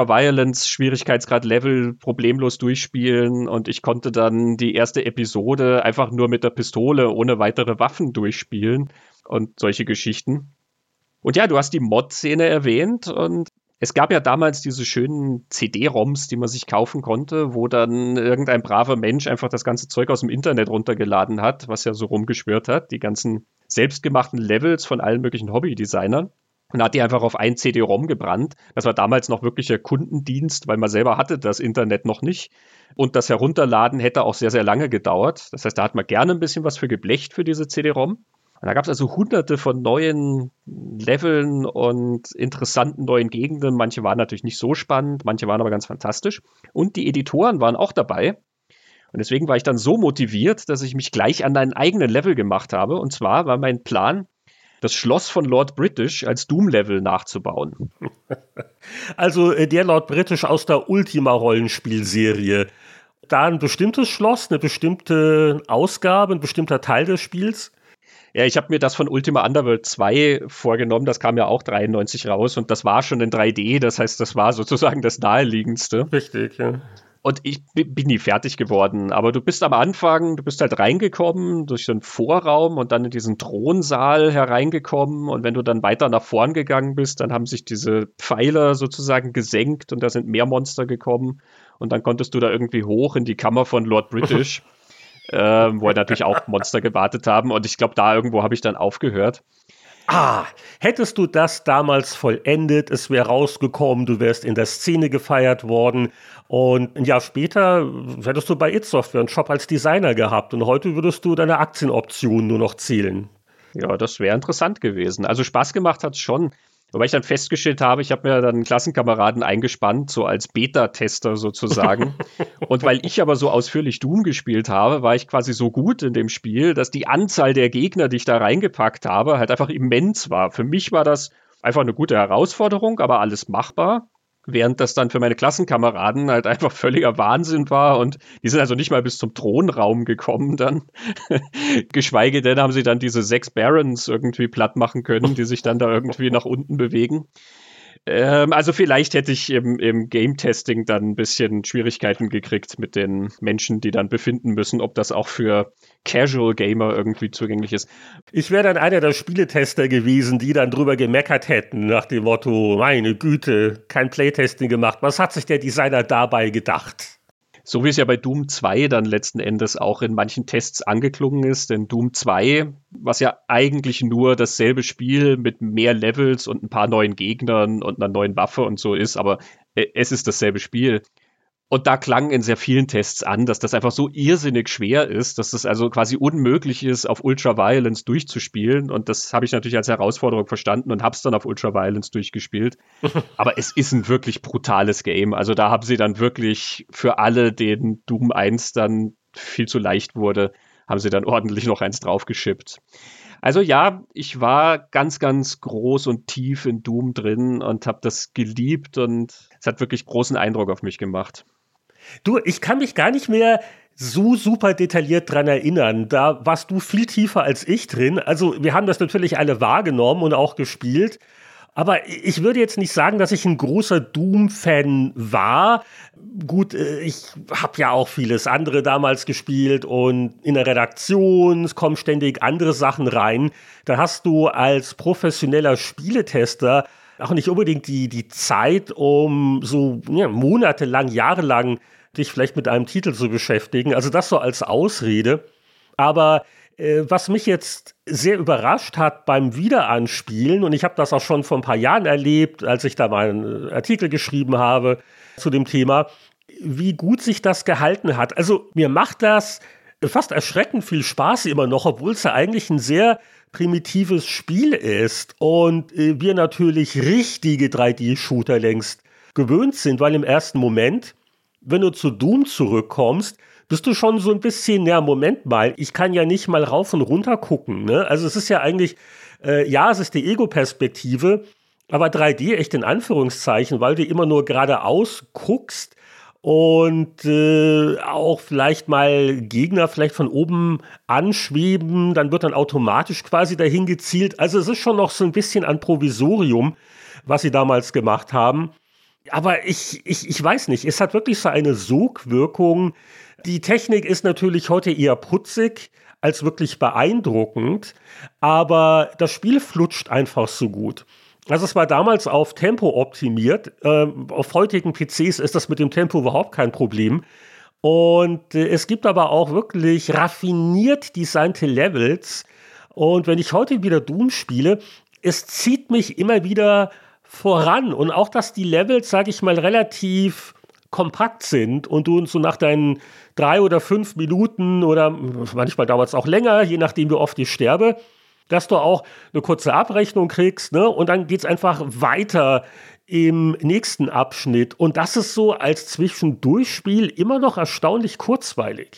Ultra-Violence-Schwierigkeitsgrad-Level problemlos durchspielen und ich konnte dann die erste Episode einfach nur mit der Pistole ohne weitere Waffen durchspielen und solche Geschichten. Und ja, du hast die Mod-Szene erwähnt und es gab ja damals diese schönen CD-ROMs, die man sich kaufen konnte, wo dann irgendein braver Mensch einfach das ganze Zeug aus dem Internet runtergeladen hat, was ja so rumgeschwirrt hat, die ganzen selbstgemachten Levels von allen möglichen Hobbydesignern. Und hat die einfach auf ein CD-ROM gebrannt. Das war damals noch wirklicher Kundendienst, weil man selber hatte das Internet noch nicht. Und das Herunterladen hätte auch sehr, sehr lange gedauert. Das heißt, da hat man gerne ein bisschen was für geblecht für diese CD-ROM. Und da gab es also hunderte von neuen Leveln und interessanten neuen Gegenden. Manche waren natürlich nicht so spannend, manche waren aber ganz fantastisch. Und die Editoren waren auch dabei. Und deswegen war ich dann so motiviert, dass ich mich gleich an einen eigenen Level gemacht habe. Und zwar war mein Plan, das Schloss von Lord British als Doom-Level nachzubauen. Also der Lord British aus der Ultima-Rollenspielserie. Da ein bestimmtes Schloss, eine bestimmte Ausgabe, ein bestimmter Teil des Spiels? Ja, ich habe mir das von Ultima Underworld 2 vorgenommen, das kam ja auch 93 raus und das war schon in 3D, das heißt, das war sozusagen das Naheliegendste. Richtig, ja. Und ich bin nie fertig geworden, aber du bist am Anfang, du bist halt reingekommen durch so einen Vorraum und dann in diesen Thronsaal hereingekommen und wenn du dann weiter nach vorn gegangen bist, dann haben sich diese Pfeiler sozusagen gesenkt und da sind mehr Monster gekommen und dann konntest du da irgendwie hoch in die Kammer von Lord British. Wo natürlich auch Monster gewartet haben. Und ich glaube, da irgendwo habe ich dann aufgehört. Hättest du das damals vollendet, es wäre rausgekommen, du wärst in der Szene gefeiert worden und ein Jahr später hättest du bei id Software einen Job als Designer gehabt und heute würdest du deine Aktienoptionen nur noch zählen. Ja, das wäre interessant gewesen. Also Spaß gemacht hat es schon. Wobei ich dann festgestellt habe, ich habe mir dann einen Klassenkameraden eingespannt, so als Beta-Tester sozusagen. Und weil ich aber so ausführlich Doom gespielt habe, war ich quasi so gut in dem Spiel, dass die Anzahl der Gegner, die ich da reingepackt habe, halt einfach immens war. Für mich war das einfach eine gute Herausforderung, aber alles machbar. Während das dann für meine Klassenkameraden halt einfach völliger Wahnsinn war und die sind also nicht mal bis zum Thronraum gekommen dann. Geschweige denn haben sie dann diese 6 Barons irgendwie platt machen können, die sich dann da irgendwie nach unten bewegen. Also vielleicht hätte ich im Game-Testing dann ein bisschen Schwierigkeiten gekriegt mit den Menschen, die dann befinden müssen, ob das auch für Casual-Gamer irgendwie zugänglich ist. Ich wäre dann einer der Spieletester gewesen, die dann drüber gemeckert hätten, nach dem Motto, meine Güte, kein Playtesting gemacht. Was hat sich der Designer dabei gedacht? So wie es ja bei Doom 2 dann letzten Endes auch in manchen Tests angeklungen ist, denn Doom 2, was ja eigentlich nur dasselbe Spiel mit mehr Levels und ein paar neuen Gegnern und einer neuen Waffe und so ist, aber es ist dasselbe Spiel. Und da klang in sehr vielen Tests an, dass das einfach so irrsinnig schwer ist, dass es also quasi unmöglich ist, auf Ultra-Violence durchzuspielen. Und das habe ich natürlich als Herausforderung verstanden und habe es dann auf Ultra-Violence durchgespielt. Aber es ist ein wirklich brutales Game. Also da haben sie dann wirklich für alle, denen Doom 1 dann viel zu leicht wurde, haben sie dann ordentlich noch eins draufgeschippt. Also ja, ich war ganz, ganz groß und tief in Doom drin und habe das geliebt und es hat wirklich großen Eindruck auf mich gemacht. Du, ich kann mich gar nicht mehr so super detailliert dran erinnern. Da warst du viel tiefer als ich drin. Also wir haben das natürlich alle wahrgenommen und auch gespielt. Aber ich würde jetzt nicht sagen, dass ich ein großer Doom-Fan war. Gut, ich habe ja auch vieles andere damals gespielt und in der Redaktion, es kommen ständig andere Sachen rein. Da hast du als professioneller Spieletester auch nicht unbedingt die Zeit, um so monatelang, jahrelang dich vielleicht mit einem Titel zu beschäftigen. Also das so als Ausrede. Aber was mich jetzt sehr überrascht hat beim Wiederanspielen, und ich habe das auch schon vor ein paar Jahren erlebt, als ich da mal einen Artikel geschrieben habe zu dem Thema, wie gut sich das gehalten hat. Also mir macht das fast erschreckend viel Spaß immer noch, obwohl es ja eigentlich ein sehr primitives Spiel ist und wir natürlich richtige 3D-Shooter längst gewöhnt sind, weil im ersten Moment, wenn du zu Doom zurückkommst, bist du schon so ein bisschen, ja, Moment mal, ich kann ja nicht mal rauf und runter gucken, ne? Also es ist ja eigentlich, es ist die Ego-Perspektive, aber 3D echt in Anführungszeichen, weil du immer nur geradeaus guckst und auch vielleicht mal Gegner vielleicht von oben anschweben, dann wird dann automatisch quasi dahin gezielt. Also es ist schon noch so ein bisschen ein Provisorium, was sie damals gemacht haben. Aber ich weiß nicht, es hat wirklich so eine Sogwirkung. Die Technik ist natürlich heute eher putzig als wirklich beeindruckend, aber das Spiel flutscht einfach so gut. Also es war damals auf Tempo optimiert. Auf heutigen PCs ist das mit dem Tempo überhaupt kein Problem. Und es gibt aber auch wirklich raffiniert designte Levels. Und wenn ich heute wieder Doom spiele, es zieht mich immer wieder voran. Und auch, dass die Levels, sage ich mal, relativ kompakt sind und du so nach deinen 3 oder 5 Minuten oder manchmal dauert es auch länger, je nachdem wie oft ich sterbe, dass du auch eine kurze Abrechnung kriegst, ne? Und dann geht's einfach weiter im nächsten Abschnitt. Und das ist so als Zwischendurchspiel immer noch erstaunlich kurzweilig.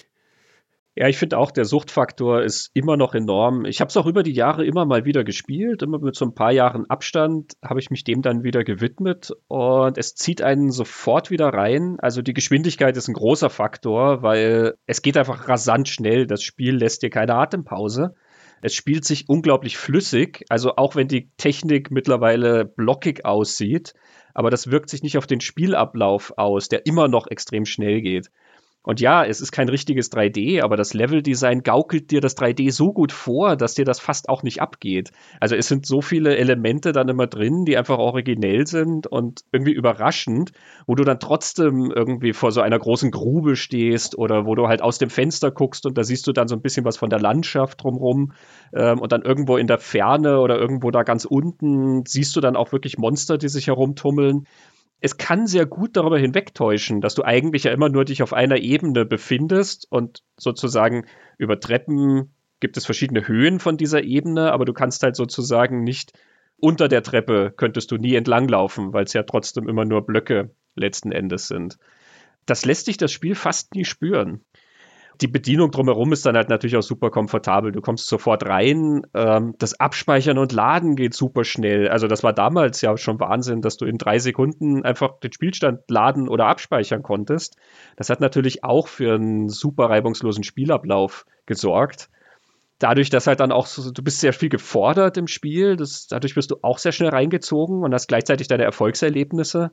Ja, ich finde auch, der Suchtfaktor ist immer noch enorm. Ich habe es auch über die Jahre immer mal wieder gespielt. Immer mit so ein paar Jahren Abstand habe ich mich dem dann wieder gewidmet. Und es zieht einen sofort wieder rein. Also die Geschwindigkeit ist ein großer Faktor, weil es geht einfach rasant schnell. Das Spiel lässt dir keine Atempause. Es spielt sich unglaublich flüssig. Also auch wenn die Technik mittlerweile blockig aussieht. Aber das wirkt sich nicht auf den Spielablauf aus, der immer noch extrem schnell geht. Und ja, es ist kein richtiges 3D, aber das Leveldesign gaukelt dir das 3D so gut vor, dass dir das fast auch nicht abgeht. Also es sind so viele Elemente dann immer drin, die einfach originell sind und irgendwie überraschend, wo du dann trotzdem irgendwie vor so einer großen Grube stehst oder wo du halt aus dem Fenster guckst und da siehst du dann so ein bisschen was von der Landschaft drumherum und dann irgendwo in der Ferne oder irgendwo da ganz unten siehst du dann auch wirklich Monster, die sich herumtummeln. Es kann sehr gut darüber hinwegtäuschen, dass du eigentlich ja immer nur dich auf einer Ebene befindest und sozusagen über Treppen gibt es verschiedene Höhen von dieser Ebene, aber du kannst halt sozusagen nicht unter der Treppe könntest du nie entlanglaufen, weil es ja trotzdem immer nur Blöcke letzten Endes sind. Das lässt dich das Spiel fast nie spüren. Die Bedienung drumherum ist dann halt natürlich auch super komfortabel. Du kommst sofort rein. Das Abspeichern und Laden geht super schnell. Also das war damals ja schon Wahnsinn, dass du in 3 Sekunden einfach den Spielstand laden oder abspeichern konntest. Das hat natürlich auch für einen super reibungslosen Spielablauf gesorgt. dadurch, dass halt dann auch so, du bist sehr viel gefordert im Spiel, dadurch wirst du auch sehr schnell reingezogen und hast gleichzeitig deine Erfolgserlebnisse.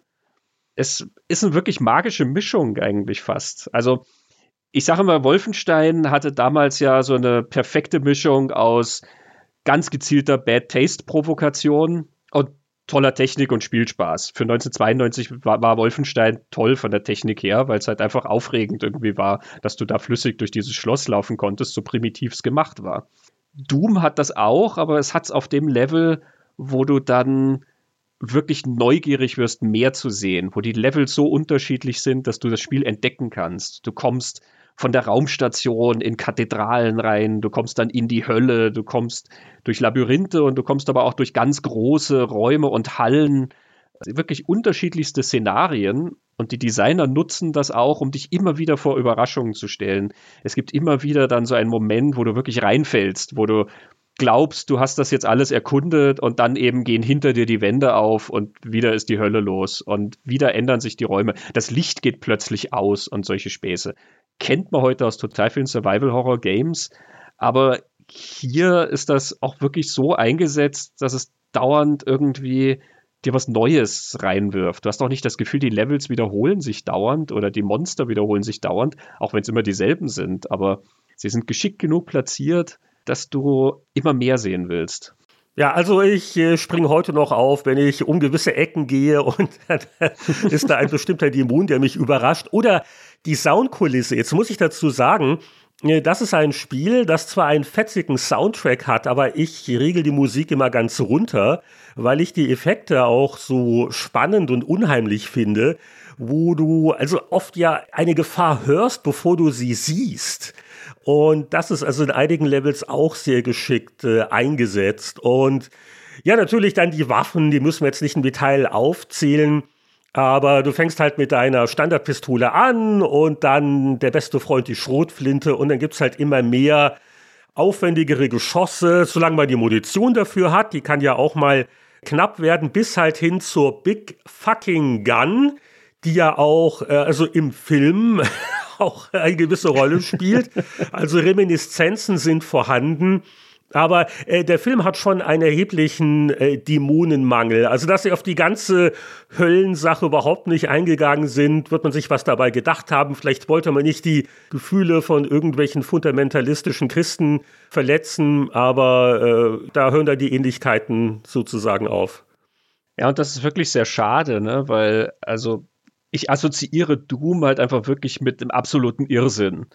Es ist eine wirklich magische Mischung eigentlich fast. Also ich sage immer, Wolfenstein hatte damals ja so eine perfekte Mischung aus ganz gezielter Bad-Taste-Provokation und toller Technik und Spielspaß. Für 1992 war Wolfenstein toll von der Technik her, weil es halt einfach aufregend irgendwie war, dass du da flüssig durch dieses Schloss laufen konntest, so primitiv es gemacht war. Doom hat das auch, aber es hat es auf dem Level, wo du dann wirklich neugierig wirst, mehr zu sehen, wo die Level so unterschiedlich sind, dass du das Spiel entdecken kannst. Du kommst von der Raumstation in Kathedralen rein, du kommst dann in die Hölle, du kommst durch Labyrinthe und du kommst aber auch durch ganz große Räume und Hallen, wirklich unterschiedlichste Szenarien und die Designer nutzen das auch, um dich immer wieder vor Überraschungen zu stellen. Es gibt immer wieder dann so einen Moment, wo du wirklich reinfällst, wo du glaubst, du hast das jetzt alles erkundet und dann eben gehen hinter dir die Wände auf und wieder ist die Hölle los und wieder ändern sich die Räume. Das Licht geht plötzlich aus und solche Späße. Kennt man heute aus total vielen Survival-Horror-Games, aber hier ist das auch wirklich so eingesetzt, dass es dauernd irgendwie dir was Neues reinwirft. Du hast auch nicht das Gefühl, die Levels wiederholen sich dauernd oder die Monster wiederholen sich dauernd, auch wenn es immer dieselben sind, aber sie sind geschickt genug platziert, dass du immer mehr sehen willst. Ja, also ich springe heute noch auf, wenn ich um gewisse Ecken gehe und dann ist da ein bestimmter Dämon, der mich überrascht. Oder die Soundkulisse. Jetzt muss ich dazu sagen, das ist ein Spiel, das zwar einen fetzigen Soundtrack hat, aber ich regel die Musik immer ganz runter, weil ich die Effekte auch so spannend und unheimlich finde, wo du also oft ja eine Gefahr hörst, bevor du sie siehst. Und das ist also in einigen Levels auch sehr geschickt eingesetzt. Und ja, natürlich dann die Waffen, die müssen wir jetzt nicht im Detail aufzählen. Aber du fängst halt mit deiner Standardpistole an und dann der beste Freund die Schrotflinte und dann gibt's halt immer mehr aufwendigere Geschosse, solange man die Munition dafür hat. Die kann ja auch mal knapp werden, bis halt hin zur Big Fucking Gun, die ja auch also im Film auch eine gewisse Rolle spielt. Also Reminiszenzen sind vorhanden. Aber der Film hat schon einen erheblichen Dämonenmangel. Also, dass sie auf die ganze Höllensache überhaupt nicht eingegangen sind, wird man sich was dabei gedacht haben. Vielleicht wollte man nicht die Gefühle von irgendwelchen fundamentalistischen Christen verletzen, aber da hören dann die Ähnlichkeiten sozusagen auf. Ja, und das ist wirklich sehr schade, ne? Weil, also, ich assoziiere Doom halt einfach wirklich mit dem absoluten Irrsinn.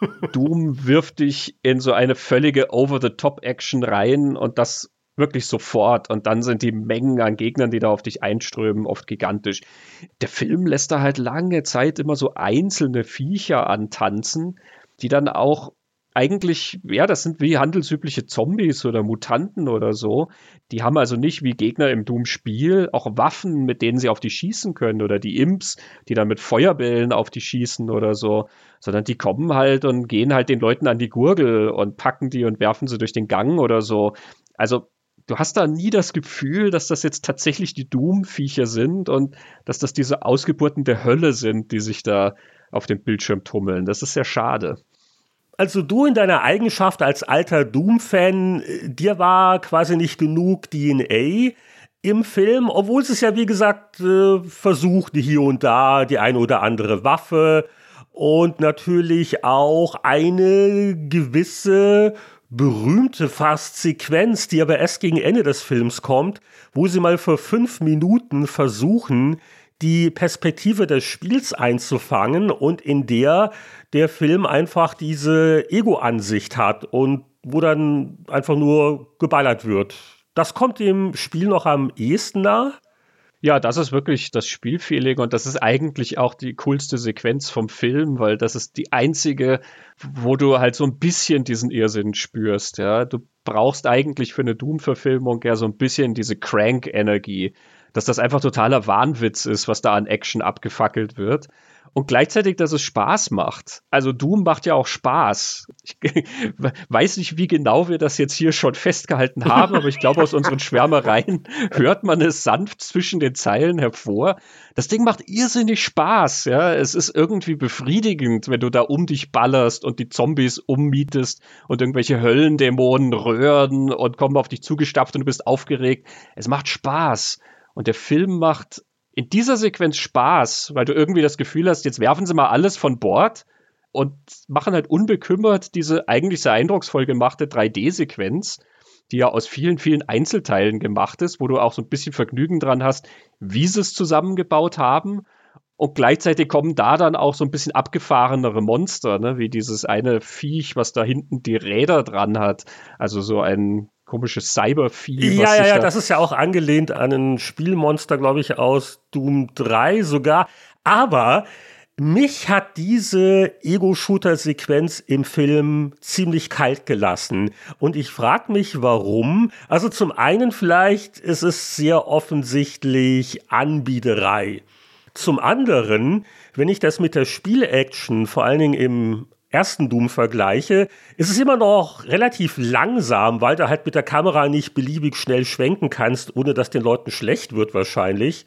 Doom wirft dich in so eine völlige Over-the-Top-Action rein und das wirklich sofort. Und dann sind die Mengen an Gegnern, die da auf dich einströmen, oft gigantisch. Der Film lässt da halt lange Zeit immer so einzelne Viecher antanzen, die dann auch eigentlich, ja, das sind wie handelsübliche Zombies oder Mutanten oder so. Die haben also nicht wie Gegner im Doom-Spiel auch Waffen, mit denen sie auf die schießen können oder die Imps, die dann mit Feuerbällen auf die schießen oder so, sondern die kommen halt und gehen halt den Leuten an die Gurgel und packen die und werfen sie durch den Gang oder so. Also du hast da nie das Gefühl, dass das jetzt tatsächlich die Doom-Viecher sind und dass das diese Ausgeburten der Hölle sind, die sich da auf dem Bildschirm tummeln. Das ist sehr schade. Also du in deiner Eigenschaft als alter Doom-Fan, dir war quasi nicht genug DNA im Film, obwohl es ja, wie gesagt, versucht hier und da die eine oder andere Waffe und natürlich auch eine gewisse berühmte fast Sequenz, die aber erst gegen Ende des Films kommt, wo sie mal für 5 Minuten versuchen, die Perspektive des Spiels einzufangen und in der Film einfach diese Ego-Ansicht hat und wo dann einfach nur geballert wird. Das kommt dem Spiel noch am ehesten nah. Ja, das ist wirklich das Spielfeeling und das ist eigentlich auch die coolste Sequenz vom Film, weil das ist die einzige, wo du halt so ein bisschen diesen Irrsinn spürst. Ja, du brauchst eigentlich für eine Doom-Verfilmung ja so ein bisschen diese Crank-Energie, dass das einfach totaler Wahnwitz ist, was da an Action abgefackelt wird. und gleichzeitig, dass es Spaß macht. Also Doom macht ja auch Spaß. Ich weiß nicht, wie genau wir das jetzt hier schon festgehalten haben, aber ich glaube, aus unseren Schwärmereien hört man es sanft zwischen den Zeilen hervor. Das Ding macht irrsinnig Spaß. Ja? Es ist irgendwie befriedigend, wenn du da um dich ballerst und die Zombies ummietest und irgendwelche Höllendämonen röhren und kommen auf dich zugestapft und du bist aufgeregt. Es macht Spaß. Und der Film macht in dieser Sequenz Spaß, weil du irgendwie das Gefühl hast, jetzt werfen sie mal alles von Bord und machen halt unbekümmert diese eigentlich sehr eindrucksvoll gemachte 3D-Sequenz, die ja aus vielen, vielen Einzelteilen gemacht ist, wo du auch so ein bisschen Vergnügen dran hast, wie sie es zusammengebaut haben. Und gleichzeitig kommen da dann auch so ein bisschen abgefahrenere Monster, ne? Wie dieses eine Viech, was da hinten die Räder dran hat. Also so ein komisches Cybervieh. Ja, das ist ja auch angelehnt an ein Spielmonster, glaube ich, aus Doom 3 sogar. Aber mich hat diese Ego-Shooter-Sequenz im Film ziemlich kalt gelassen. Und ich frage mich, warum. Also zum einen vielleicht ist es sehr offensichtlich Anbiederei. Zum anderen, wenn ich das mit der Spiel-Action, vor allen Dingen im ersten Doom vergleiche, ist es immer noch relativ langsam, weil du halt mit der Kamera nicht beliebig schnell schwenken kannst, ohne dass den Leuten schlecht wird wahrscheinlich.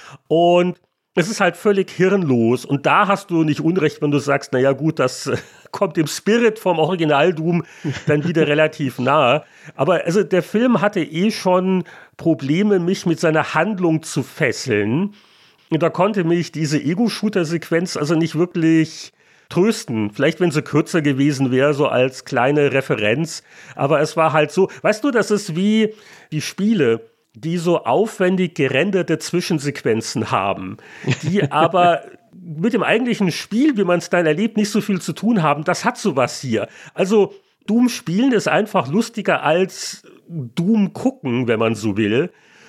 Und es ist halt völlig hirnlos. Und da hast du nicht Unrecht, wenn du sagst, naja gut, das kommt dem Spirit vom Original Doom dann wieder relativ nahe. Aber also der Film hatte schon Probleme, mich mit seiner Handlung zu fesseln. Und da konnte mich diese Ego-Shooter-Sequenz also nicht wirklich trösten. Vielleicht, wenn sie kürzer gewesen wäre, so als kleine Referenz. Aber es war halt so, weißt du, das ist wie die Spiele, die so aufwendig gerenderte Zwischensequenzen haben, die aber mit dem eigentlichen Spiel, wie man es dann erlebt, nicht so viel zu tun haben. Das hat sowas hier. Also Doom spielen ist einfach lustiger als Doom gucken, wenn man so will.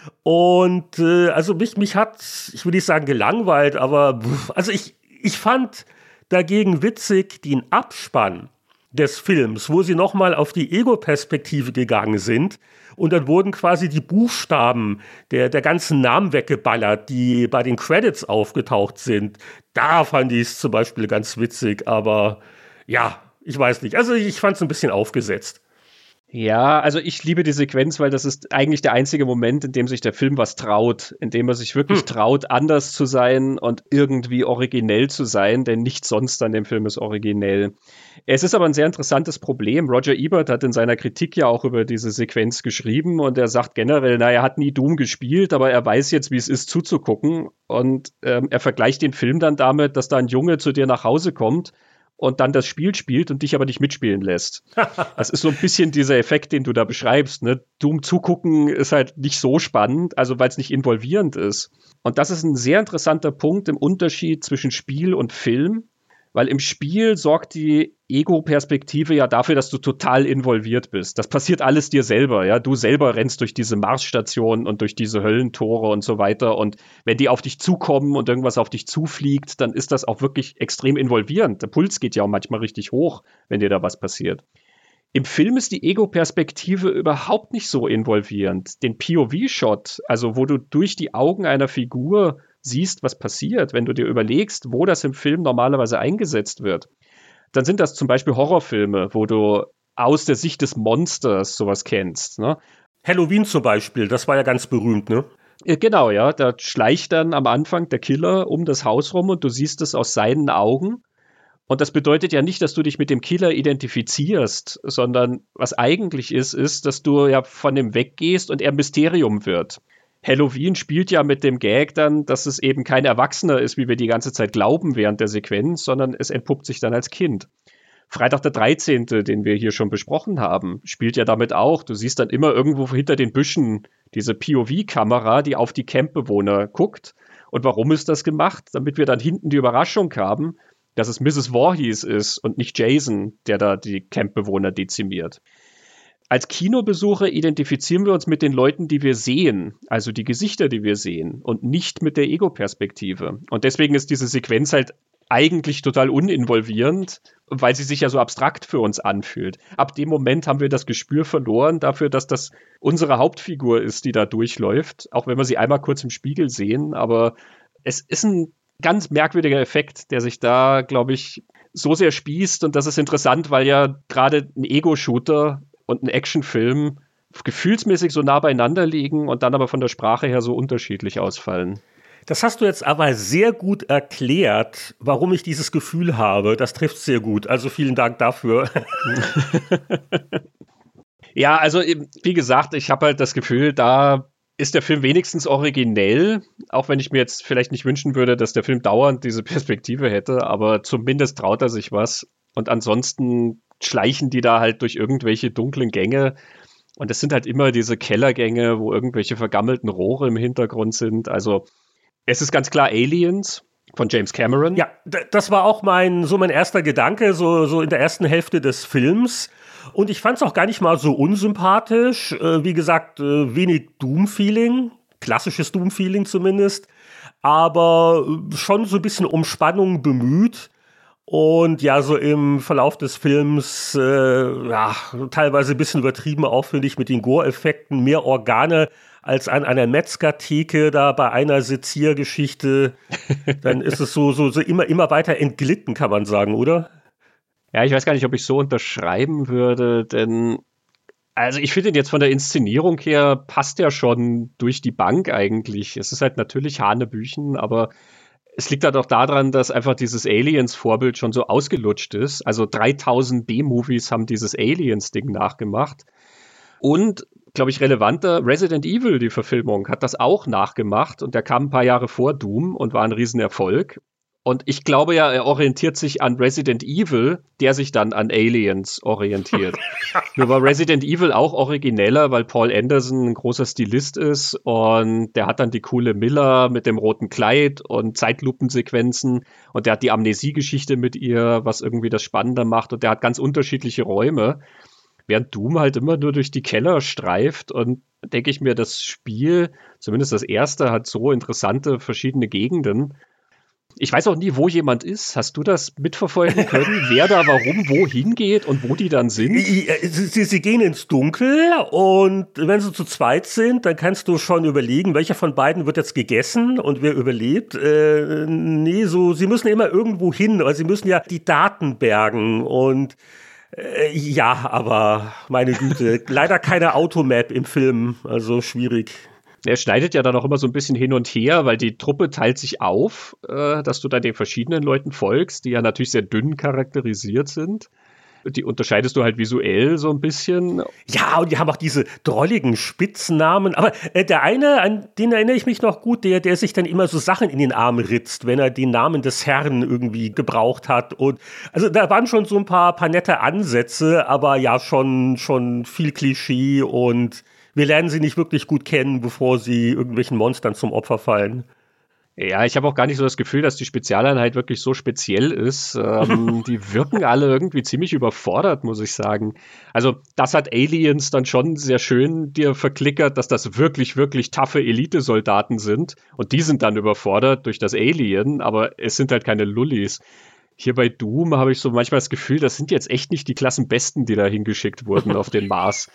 Und also mich hat, ich will nicht sagen gelangweilt, aber also ich fand dagegen witzig den Abspann des Films, wo sie nochmal auf die Ego-Perspektive gegangen sind und dann wurden quasi die Buchstaben der ganzen Namen weggeballert, die bei den Credits aufgetaucht sind. Da fand ich es zum Beispiel ganz witzig, aber ja, ich weiß nicht. Also ich fand es ein bisschen aufgesetzt. Ja, also ich liebe die Sequenz, weil das ist eigentlich der einzige Moment, in dem sich der Film was traut, in dem er sich wirklich traut, anders zu sein und irgendwie originell zu sein, denn nichts sonst an dem Film ist originell. Es ist aber ein sehr interessantes Problem. Roger Ebert hat in seiner Kritik ja auch über diese Sequenz geschrieben und er sagt generell, er hat nie Doom gespielt, aber er weiß jetzt, wie es ist, zuzugucken und er vergleicht den Film dann damit, dass da ein Junge zu dir nach Hause kommt und dann das Spiel spielt und dich aber nicht mitspielen lässt. Das ist so ein bisschen dieser Effekt, den du da beschreibst. Ne? Doom zugucken ist halt nicht so spannend, also weil es nicht involvierend ist. Und das ist ein sehr interessanter Punkt im Unterschied zwischen Spiel und Film, weil im Spiel sorgt die Ego-Perspektive ja dafür, dass du total involviert bist. Das passiert alles dir selber. Ja? Du selber rennst durch diese Marsstation und durch diese Höllentore und so weiter. Und wenn die auf dich zukommen und irgendwas auf dich zufliegt, dann ist das auch wirklich extrem involvierend. Der Puls geht ja auch manchmal richtig hoch, wenn dir da was passiert. Im Film ist die Ego-Perspektive überhaupt nicht so involvierend. Den POV-Shot, also wo du durch die Augen einer Figur siehst, was passiert, wenn du dir überlegst, wo das im Film normalerweise eingesetzt wird, dann sind das zum Beispiel Horrorfilme, wo du aus der Sicht des Monsters sowas kennst. Ne? Halloween zum Beispiel, das war ja ganz berühmt, ne? Genau, ja. Da schleicht dann am Anfang der Killer um das Haus rum und du siehst es aus seinen Augen. Und das bedeutet ja nicht, dass du dich mit dem Killer identifizierst, sondern was eigentlich ist, dass du ja von ihm weggehst und er Mysterium wird. Halloween spielt ja mit dem Gag dann, dass es eben kein Erwachsener ist, wie wir die ganze Zeit glauben während der Sequenz, sondern es entpuppt sich dann als Kind. Freitag der 13., den wir hier schon besprochen haben, spielt ja damit auch. Du siehst dann immer irgendwo hinter den Büschen diese POV-Kamera, die auf die Campbewohner guckt. Und warum ist das gemacht? Damit wir dann hinten die Überraschung haben, dass es Mrs. Voorhees ist und nicht Jason, der da die Campbewohner dezimiert. Als Kinobesucher identifizieren wir uns mit den Leuten, die wir sehen, also die Gesichter, die wir sehen und nicht mit der Ego-Perspektive. Und deswegen ist diese Sequenz halt eigentlich total uninvolvierend, weil sie sich ja so abstrakt für uns anfühlt. Ab dem Moment haben wir das Gespür verloren dafür, dass das unsere Hauptfigur ist, die da durchläuft, auch wenn wir sie einmal kurz im Spiegel sehen. Aber es ist ein Ganz merkwürdiger Effekt, der sich da, glaube ich, so sehr spießt. Und das ist interessant, weil ja gerade ein Ego-Shooter und ein Actionfilm gefühlsmäßig so nah beieinander liegen und dann aber von der Sprache her so unterschiedlich ausfallen. Das hast du jetzt aber sehr gut erklärt, warum ich dieses Gefühl habe. Das trifft sehr gut. Also vielen Dank dafür. Ja, also wie gesagt, ich habe halt das Gefühl, da ist der Film wenigstens originell, auch wenn ich mir jetzt vielleicht nicht wünschen würde, dass der Film dauernd diese Perspektive hätte, aber zumindest traut er sich was. Und ansonsten schleichen die da halt durch irgendwelche dunklen Gänge. Und es sind halt immer diese Kellergänge, wo irgendwelche vergammelten Rohre im Hintergrund sind. Also es ist ganz klar Aliens von James Cameron. Ja, das war auch mein erster Gedanke, so in der ersten Hälfte des Films. Und ich fand es auch gar nicht mal so unsympathisch. Wie gesagt, wenig Doom-Feeling, klassisches Doom-Feeling zumindest, aber schon so ein bisschen um Spannung bemüht. Und ja, so im Verlauf des Films, teilweise ein bisschen übertrieben aufwendig mit den Gore-Effekten, mehr Organe als an einer Metzger-Theke da bei einer Seziergeschichte. Dann ist es so immer weiter entglitten, kann man sagen, oder? Ja, ich weiß gar nicht, ob ich so unterschreiben würde, denn also ich finde ihn jetzt von der Inszenierung her passt er schon durch die Bank eigentlich. Es ist halt natürlich Hanebüchen, aber es liegt halt auch daran, dass einfach dieses Aliens-Vorbild schon so ausgelutscht ist. Also 3000 B-Movies haben dieses Aliens-Ding nachgemacht. Und, glaube ich, relevanter, Resident Evil, die Verfilmung, hat das auch nachgemacht und der kam ein paar Jahre vor Doom und war ein Riesenerfolg. Und ich glaube ja, er orientiert sich an Resident Evil, der sich dann an Aliens orientiert. Nur war Resident Evil auch origineller, weil Paul Anderson ein großer Stilist ist und der hat dann die coole Milla mit dem roten Kleid und Zeitlupensequenzen und der hat die Amnesiegeschichte mit ihr, was irgendwie das spannender macht und der hat ganz unterschiedliche Räume, während Doom halt immer nur durch die Keller streift und denke ich mir, das Spiel, zumindest das erste, hat so interessante verschiedene Gegenden. Ich weiß auch nie, wo jemand ist. Hast du das mitverfolgen können? Wer da warum wohin geht und wo die dann sind? Sie gehen ins Dunkel und wenn sie zu zweit sind, dann kannst du schon überlegen, welcher von beiden wird jetzt gegessen und wer überlebt. Sie müssen immer irgendwo hin, weil sie müssen ja die Daten bergen und ja, aber meine Güte, leider keine Automap im Film, also schwierig. Er schneidet ja dann auch immer so ein bisschen hin und her, weil die Truppe teilt sich auf, dass du dann den verschiedenen Leuten folgst, die ja natürlich sehr dünn charakterisiert sind. Die unterscheidest du halt visuell so ein bisschen. Ja, und die haben auch diese drolligen Spitznamen. Aber der eine, an den erinnere ich mich noch gut, der sich dann immer so Sachen in den Arm ritzt, wenn er den Namen des Herrn irgendwie gebraucht hat. Und also da waren schon so ein paar nette Ansätze, aber ja, schon viel Klischee und wir lernen sie nicht wirklich gut kennen, bevor sie irgendwelchen Monstern zum Opfer fallen. Ja, ich habe auch gar nicht so das Gefühl, dass die Spezialeinheit wirklich so speziell ist. Die wirken alle irgendwie ziemlich überfordert, muss ich sagen. Also das hat Aliens dann schon sehr schön dir verklickert, dass das wirklich, wirklich taffe Elite-Soldaten sind. Und die sind dann überfordert durch das Alien, aber es sind halt keine Lullis. Hier bei Doom habe ich so manchmal das Gefühl, das sind jetzt echt nicht die Klassenbesten, die da hingeschickt wurden auf den Mars.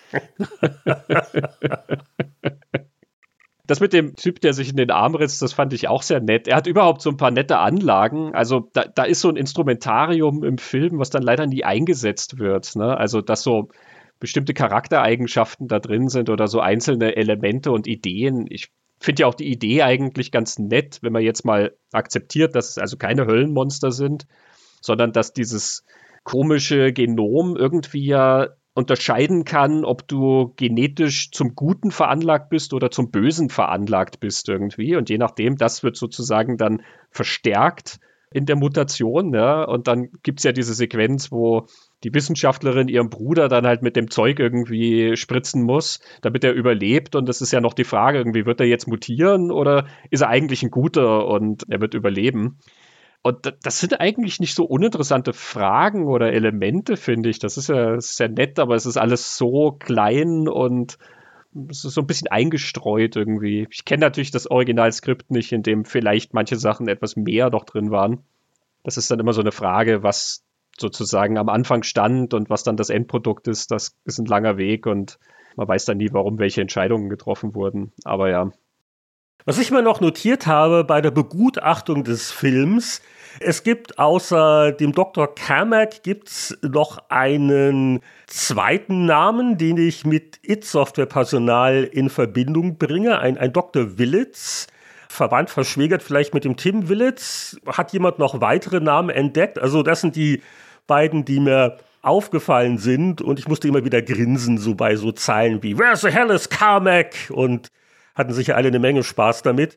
Das mit dem Typ, der sich in den Arm ritzt, das fand ich auch sehr nett. Er hat überhaupt so ein paar nette Anlagen. Also da ist so ein Instrumentarium im Film, was dann leider nie eingesetzt wird. Ne? Also dass so bestimmte Charaktereigenschaften da drin sind oder so einzelne Elemente und Ideen. Ich finde ja auch die Idee eigentlich ganz nett, wenn man jetzt mal akzeptiert, dass es also keine Höllenmonster sind, sondern dass dieses komische Genom irgendwie ja unterscheiden kann, ob du genetisch zum Guten veranlagt bist oder zum Bösen veranlagt bist irgendwie. Und je nachdem, das wird sozusagen dann verstärkt in der Mutation. Ja? Und dann gibt es ja diese Sequenz, wo die Wissenschaftlerin ihrem Bruder dann halt mit dem Zeug irgendwie spritzen muss, damit er überlebt. Und das ist ja noch die Frage, irgendwie wird er jetzt mutieren oder ist er eigentlich ein Guter und er wird überleben? Und das sind eigentlich nicht so uninteressante Fragen oder Elemente, finde ich. Das ist ja sehr nett, aber es ist alles so klein und es ist so ein bisschen eingestreut irgendwie. Ich kenne natürlich das Originalskript nicht, in dem vielleicht manche Sachen etwas mehr noch drin waren. Das ist dann immer so eine Frage, was sozusagen am Anfang stand und was dann das Endprodukt ist. Das ist ein langer Weg und man weiß dann nie, warum welche Entscheidungen getroffen wurden. Aber ja. Was ich mir noch notiert habe bei der Begutachtung des Films, es gibt außer dem Dr. Carmack gibt's noch einen zweiten Namen, den ich mit id-Software-Personal in Verbindung bringe, ein Dr. Willits, verwandt, verschwägert vielleicht mit dem Tim Willits. Hat jemand noch weitere Namen entdeckt? Also das sind die beiden, die mir aufgefallen sind und ich musste immer wieder grinsen, so bei so Zeilen wie "Where the hell is Carmack?" und hatten sicher alle eine Menge Spaß damit.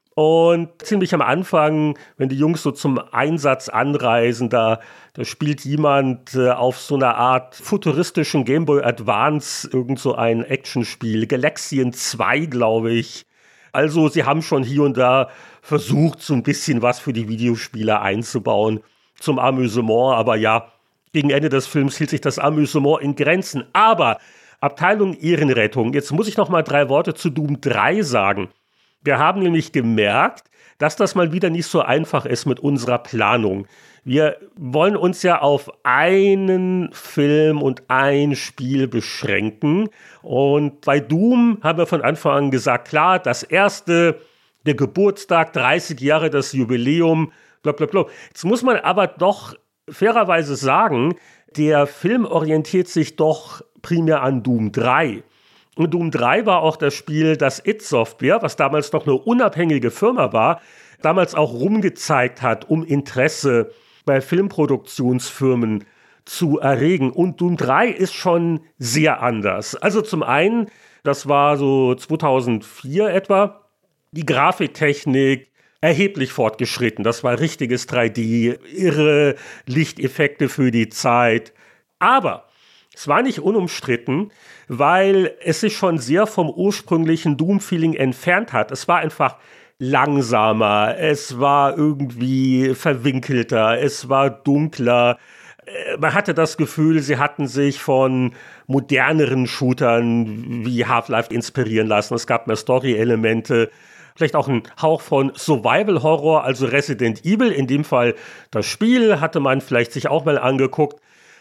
Und ziemlich am Anfang, wenn die Jungs so zum Einsatz anreisen, da spielt jemand auf so einer Art futuristischen Game Boy Advance irgend so ein Actionspiel, Galaxian 2, glaube ich. Also sie haben schon hier und da versucht, so ein bisschen was für die Videospieler einzubauen zum Amüsement. Aber ja, gegen Ende des Films hielt sich das Amüsement in Grenzen. Aber Abteilung Ehrenrettung, jetzt muss ich noch mal 3 Worte zu Doom 3 sagen. Wir haben nämlich gemerkt, dass das mal wieder nicht so einfach ist mit unserer Planung. Wir wollen uns ja auf einen Film und ein Spiel beschränken. Und bei Doom haben wir von Anfang an gesagt, klar, das erste, der Geburtstag, 30 Jahre, das Jubiläum, blablabla. Jetzt muss man aber doch fairerweise sagen, der Film orientiert sich doch primär an Doom 3. Und Doom 3 war auch das Spiel, das id-Software, was damals noch eine unabhängige Firma war, damals auch rumgezeigt hat, um Interesse bei Filmproduktionsfirmen zu erregen. Und Doom 3 ist schon sehr anders. Also zum einen, das war so 2004 etwa, die Grafiktechnik erheblich fortgeschritten. Das war richtiges 3D, irre Lichteffekte für die Zeit. Aber es war nicht unumstritten, weil es sich schon sehr vom ursprünglichen Doom-Feeling entfernt hat. Es war einfach langsamer, es war irgendwie verwinkelter, es war dunkler. Man hatte das Gefühl, sie hatten sich von moderneren Shootern wie Half-Life inspirieren lassen. Es gab mehr Story-Elemente, vielleicht auch ein Hauch von Survival-Horror, also Resident Evil. In dem Fall das Spiel hatte man vielleicht sich auch mal angeguckt.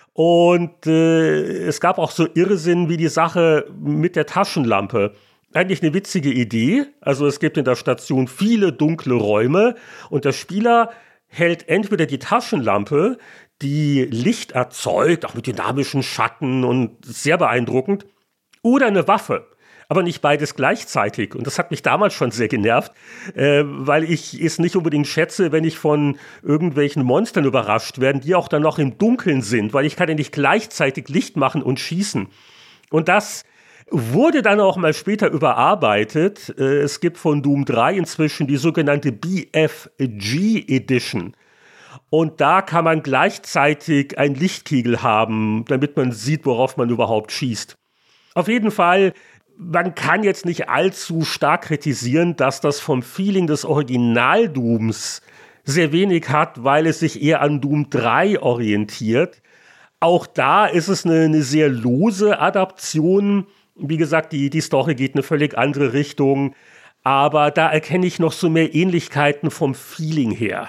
Und es gab auch so Irrsinn wie die Sache mit der Taschenlampe. Eigentlich eine witzige Idee. Also es gibt in der Station viele dunkle Räume und der Spieler hält entweder die Taschenlampe, die Licht erzeugt, auch mit dynamischen Schatten und sehr beeindruckend, oder eine Waffe. Aber nicht beides gleichzeitig. Und das hat mich damals schon sehr genervt, weil ich es nicht unbedingt schätze, wenn ich von irgendwelchen Monstern überrascht werde, die auch dann noch im Dunkeln sind, weil ich kann ja nicht gleichzeitig Licht machen und schießen. Und das wurde dann auch mal später überarbeitet. Es gibt von Doom 3 inzwischen die sogenannte BFG Edition. Und da kann man gleichzeitig einen Lichtkegel haben, damit man sieht, worauf man überhaupt schießt. Auf jeden Fall, man kann jetzt nicht allzu stark kritisieren, dass das vom Feeling des Original-Dooms sehr wenig hat, weil es sich eher an Doom 3 orientiert. Auch da ist es eine sehr lose Adaption. Wie gesagt, die Story geht in eine völlig andere Richtung. Aber da erkenne ich noch so mehr Ähnlichkeiten vom Feeling her.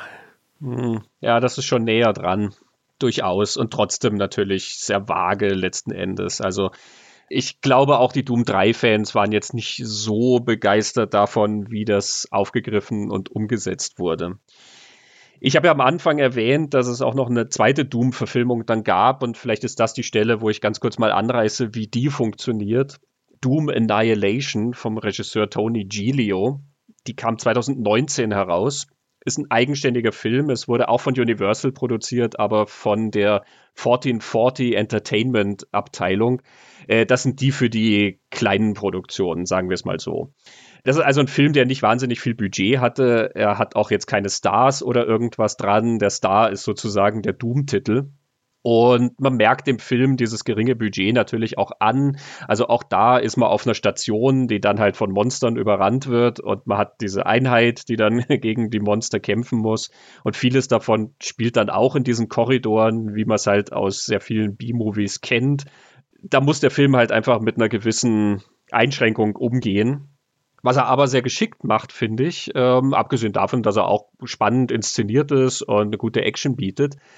Ja, das ist schon näher dran. Durchaus. Und trotzdem natürlich sehr vage letzten Endes. Also ich glaube, auch die Doom 3-Fans waren jetzt nicht so begeistert davon, wie das aufgegriffen und umgesetzt wurde. Ich habe ja am Anfang erwähnt, dass es auch noch eine zweite Doom-Verfilmung dann gab und vielleicht ist das die Stelle, wo ich ganz kurz mal anreiße, wie die funktioniert. Doom Annihilation vom Regisseur Tony Giglio. Die kam 2019 heraus. Ist ein eigenständiger Film. Es wurde auch von Universal produziert, aber von der 1440 Entertainment Abteilung. Das sind die für die kleinen Produktionen, sagen wir es mal so. Das ist also ein Film, der nicht wahnsinnig viel Budget hatte. Er hat auch jetzt keine Stars oder irgendwas dran. Der Star ist sozusagen der Doom-Titel. Und man merkt im Film dieses geringe Budget natürlich auch an. Also auch da ist man auf einer Station, die dann halt von Monstern überrannt wird. Und man hat diese Einheit, die dann gegen die Monster kämpfen muss. Und vieles davon spielt dann auch in diesen Korridoren, wie man es halt aus sehr vielen B-Movies kennt. Da muss der Film halt einfach mit einer gewissen Einschränkung umgehen. Was er aber sehr geschickt macht, finde ich, abgesehen davon, dass er auch spannend inszeniert ist und eine gute Action bietet.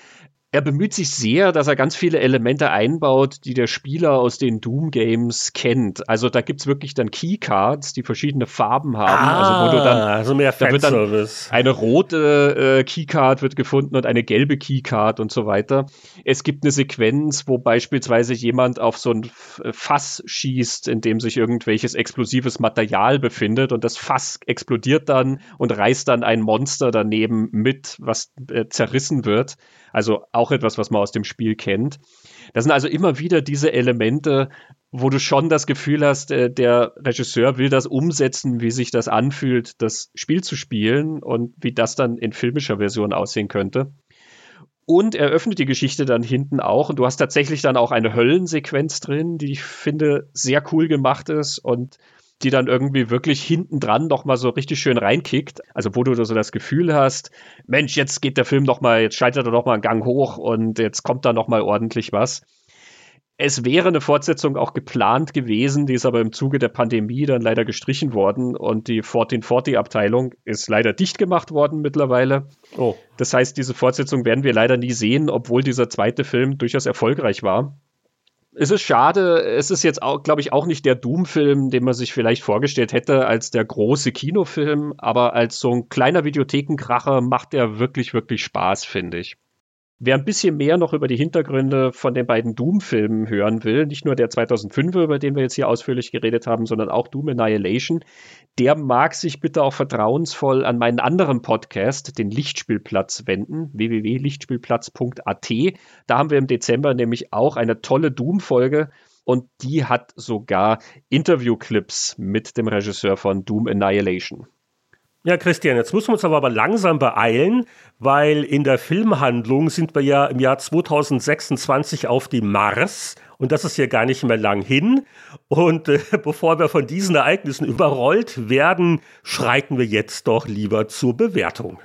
Er bemüht sich sehr, dass er ganz viele Elemente einbaut, die der Spieler aus den Doom-Games kennt. Also da gibt's wirklich dann Keycards, die verschiedene Farben haben. Also wo du dann, also mehr Fanservice. Eine rote Keycard wird gefunden und eine gelbe Keycard und so weiter. Es gibt eine Sequenz, wo beispielsweise jemand auf so ein Fass schießt, in dem sich irgendwelches explosives Material befindet und das Fass explodiert dann und reißt dann ein Monster daneben mit, was zerrissen wird. Also auch etwas, was man aus dem Spiel kennt. Das sind also immer wieder diese Elemente, wo du schon das Gefühl hast, der Regisseur will das umsetzen, wie sich das anfühlt, das Spiel zu spielen und wie das dann in filmischer Version aussehen könnte. Und er öffnet die Geschichte dann hinten auch und du hast tatsächlich dann auch eine Höllensequenz drin, die ich finde sehr cool gemacht ist und die dann irgendwie wirklich hinten dran noch mal so richtig schön reinkickt. Also wo du so das Gefühl hast, Mensch, jetzt geht der Film noch mal, jetzt scheitert er noch mal einen Gang hoch und jetzt kommt da noch mal ordentlich was. Es wäre eine Fortsetzung auch geplant gewesen, die ist aber im Zuge der Pandemie dann leider gestrichen worden und die 1440-Abteilung ist leider dicht gemacht worden mittlerweile. Oh. Das heißt, diese Fortsetzung werden wir leider nie sehen, obwohl dieser zweite Film durchaus erfolgreich war. Es ist schade, es ist jetzt auch, glaube ich, auch nicht der Doom-Film, den man sich vielleicht vorgestellt hätte als der große Kinofilm, aber als so ein kleiner Videothekenkracher macht er wirklich, wirklich Spaß, finde ich. Wer ein bisschen mehr noch über die Hintergründe von den beiden Doom-Filmen hören will, nicht nur der 2005er, über den wir jetzt hier ausführlich geredet haben, sondern auch Doom Annihilation, der mag sich bitte auch vertrauensvoll an meinen anderen Podcast, den Lichtspielplatz, wenden, www.lichtspielplatz.at. Da haben wir im Dezember nämlich auch eine tolle Doom-Folge und die hat sogar Interviewclips mit dem Regisseur von Doom Annihilation. Ja, Christian, jetzt müssen wir uns aber langsam beeilen, weil in der Filmhandlung sind wir ja im Jahr 2026 auf dem Mars und das ist ja gar nicht mehr lang hin. Und bevor wir von diesen Ereignissen überrollt werden, schreiten wir jetzt doch lieber zur Bewertung.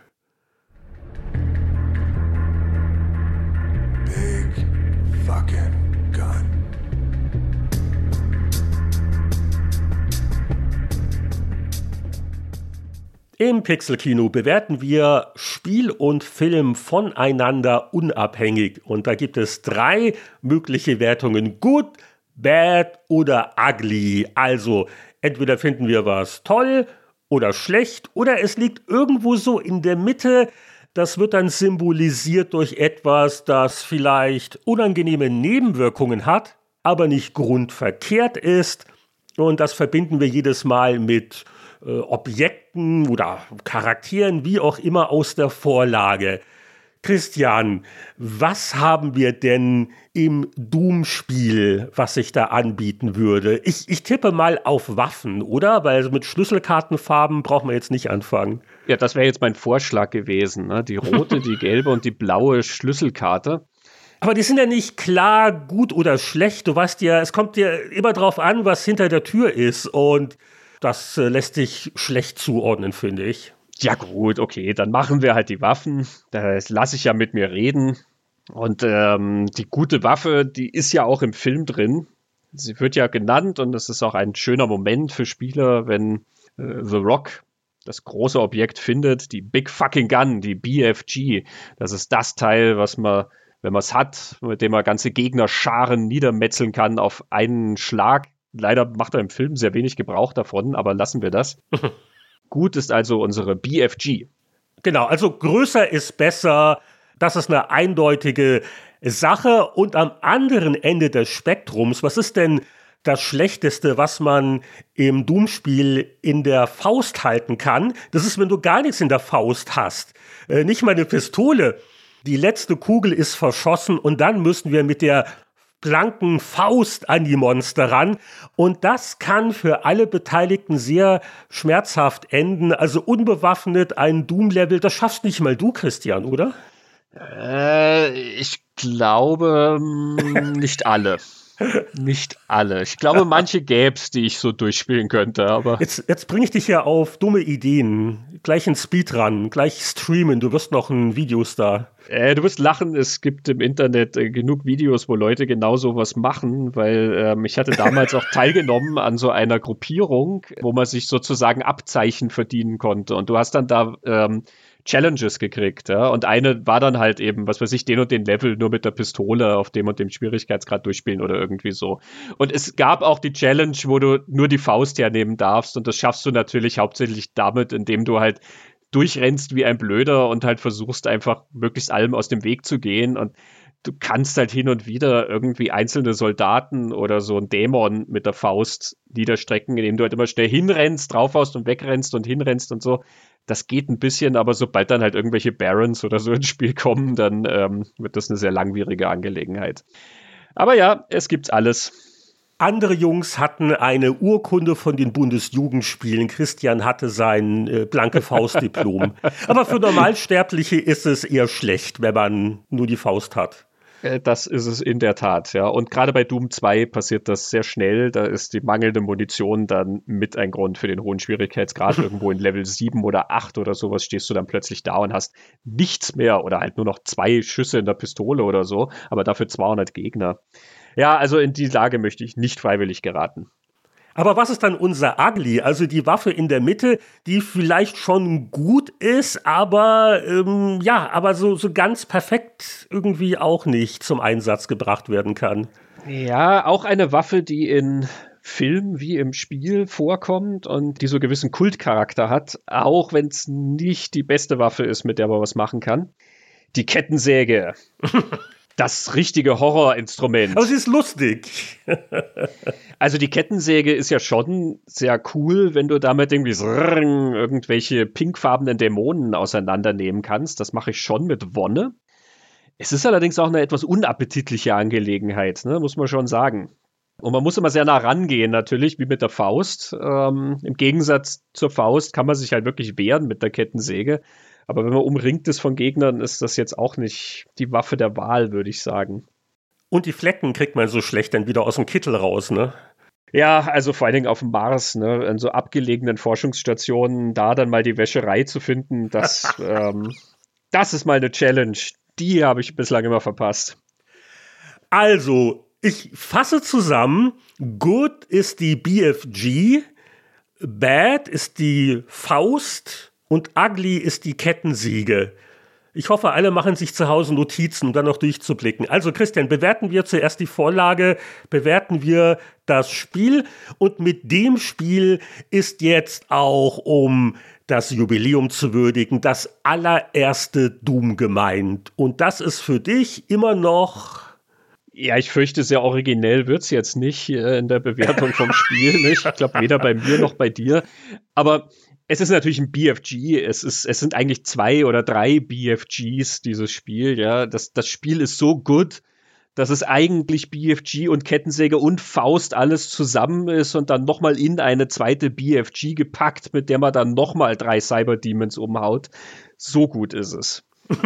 Big fucking gun. Im Pixelkino bewerten wir Spiel und Film voneinander unabhängig. Und da gibt es 3 mögliche Wertungen: Good, Bad oder Ugly. Also entweder finden wir was toll oder schlecht oder es liegt irgendwo so in der Mitte. Das wird dann symbolisiert durch etwas, das vielleicht unangenehme Nebenwirkungen hat, aber nicht grundverkehrt ist. Und das verbinden wir jedes Mal mit Objekten oder Charakteren, wie auch immer, aus der Vorlage. Christian, was haben wir denn im Doom-Spiel, was sich da anbieten würde? Ich tippe mal auf Waffen, oder? Weil mit Schlüsselkartenfarben brauchen wir jetzt nicht anfangen. Ja, das wäre jetzt mein Vorschlag gewesen, ne? Die rote, die gelbe und die blaue Schlüsselkarte. Aber die sind ja nicht klar gut oder schlecht. Du weißt ja, es kommt dir immer drauf an, was hinter der Tür ist. Und das lässt sich schlecht zuordnen, finde ich. Ja gut, okay, dann machen wir halt die Waffen. Da lasse ich ja mit mir reden. Und die gute Waffe, die ist ja auch im Film drin. Sie wird ja genannt und das ist auch ein schöner Moment für Spieler, wenn The Rock das große Objekt findet, die Big Fucking Gun, die BFG. Das ist das Teil, was man, wenn man es hat, mit dem man ganze Gegnerscharen niedermetzeln kann auf einen Schlag. Leider macht er im Film sehr wenig Gebrauch davon, aber lassen wir das. Gut ist also unsere BFG. Genau, also größer ist besser. Das ist eine eindeutige Sache. Und am anderen Ende des Spektrums, was ist denn das Schlechteste, was man im Doom-Spiel in der Faust halten kann? Das ist, wenn du gar nichts in der Faust hast. Nicht mal eine Pistole. Die letzte Kugel ist verschossen und dann müssen wir mit der blanken Faust an die Monster ran. Und das kann für alle Beteiligten sehr schmerzhaft enden. Also unbewaffnet ein Doom-Level, das schaffst nicht mal du, Christian, oder? Ich glaube, nicht alle. Nicht alle. Ich glaube, manche gäb's, die ich so durchspielen könnte, aber. Jetzt bringe ich dich ja auf dumme Ideen. Gleich ein Speedrun, gleich streamen, du wirst noch ein Videostar. Du wirst lachen, es gibt im Internet genug Videos, wo Leute genau sowas machen, weil ich hatte damals auch teilgenommen an so einer Gruppierung, wo man sich sozusagen Abzeichen verdienen konnte. Und du hast dann da Challenges gekriegt, ja. Und eine war dann halt eben, was weiß ich, den und den Level nur mit der Pistole auf dem und dem Schwierigkeitsgrad durchspielen oder irgendwie so. Und es gab auch die Challenge, wo du nur die Faust hernehmen darfst und das schaffst du natürlich hauptsächlich damit, indem du halt durchrennst wie ein Blöder und halt versuchst einfach möglichst allem aus dem Weg zu gehen und du kannst halt hin und wieder irgendwie einzelne Soldaten oder so einen Dämon mit der Faust niederstrecken, indem du halt immer schnell hinrennst, draufhaust und wegrennst und hinrennst und so. Das geht ein bisschen, aber sobald dann halt irgendwelche Barons oder so ins Spiel kommen, dann wird das eine sehr langwierige Angelegenheit. Aber ja, es gibt's alles. Andere Jungs hatten eine Urkunde von den Bundesjugendspielen. Christian hatte sein blanke Faustdiplom. Aber für Normalsterbliche ist es eher schlecht, wenn man nur die Faust hat. Das ist es in der Tat, ja. Und gerade bei Doom 2 passiert das sehr schnell. Da ist die mangelnde Munition dann mit ein Grund für den hohen Schwierigkeitsgrad. Irgendwo in Level 7 oder 8 oder sowas stehst du dann plötzlich da und hast nichts mehr oder halt nur noch 2 Schüsse in der Pistole oder so, aber dafür 200 Gegner. Ja, also in die Lage möchte ich nicht freiwillig geraten. Aber was ist dann unser Ugly? Also die Waffe in der Mitte, die vielleicht schon gut ist, aber aber so ganz perfekt irgendwie auch nicht zum Einsatz gebracht werden kann. Ja, auch eine Waffe, die in Film wie im Spiel vorkommt und die so gewissen Kultcharakter hat, auch wenn es nicht die beste Waffe ist, mit der man was machen kann. Die Kettensäge. Das richtige Horrorinstrument. Aber sie ist lustig. Also die Kettensäge ist ja schon sehr cool, wenn du damit irgendwie irgendwelche pinkfarbenen Dämonen auseinandernehmen kannst. Das mache ich schon mit Wonne. Es ist allerdings auch eine etwas unappetitliche Angelegenheit, ne? Muss man schon sagen. Und man muss immer sehr nah rangehen natürlich, wie mit der Faust. Im Gegensatz zur Faust kann man sich halt wirklich wehren mit der Kettensäge. Aber wenn man umringt ist von Gegnern, ist das jetzt auch nicht die Waffe der Wahl, würde ich sagen. Und die Flecken kriegt man so schlecht dann wieder aus dem Kittel raus, ne? Ja, also vor allen Dingen auf dem Mars, ne, an so abgelegenen Forschungsstationen, da dann mal die Wäscherei zu finden, das ist mal eine Challenge. Die habe ich bislang immer verpasst. Also, ich fasse zusammen. Good ist die BFG, Bad ist die Faust und Ugly ist die Kettensäge. Ich hoffe, alle machen sich zu Hause Notizen, um dann noch durchzublicken. Also Christian, bewerten wir zuerst die Vorlage, bewerten wir das Spiel und mit dem Spiel ist jetzt auch, um das Jubiläum zu würdigen, das allererste Doom gemeint. Und das ist für dich immer noch... Ja, ich fürchte, sehr originell wird's jetzt nicht in der Bewertung vom Spiel. Nicht? Ich glaube, weder bei mir noch bei dir. Aber es ist natürlich ein BFG. Es sind eigentlich 2 oder 3 BFGs, dieses Spiel. Ja, das Spiel ist so gut, dass es eigentlich BFG und Kettensäge und Faust alles zusammen ist und dann nochmal in eine zweite BFG gepackt, mit der man dann nochmal 3 Cyberdemons umhaut. So gut ist es.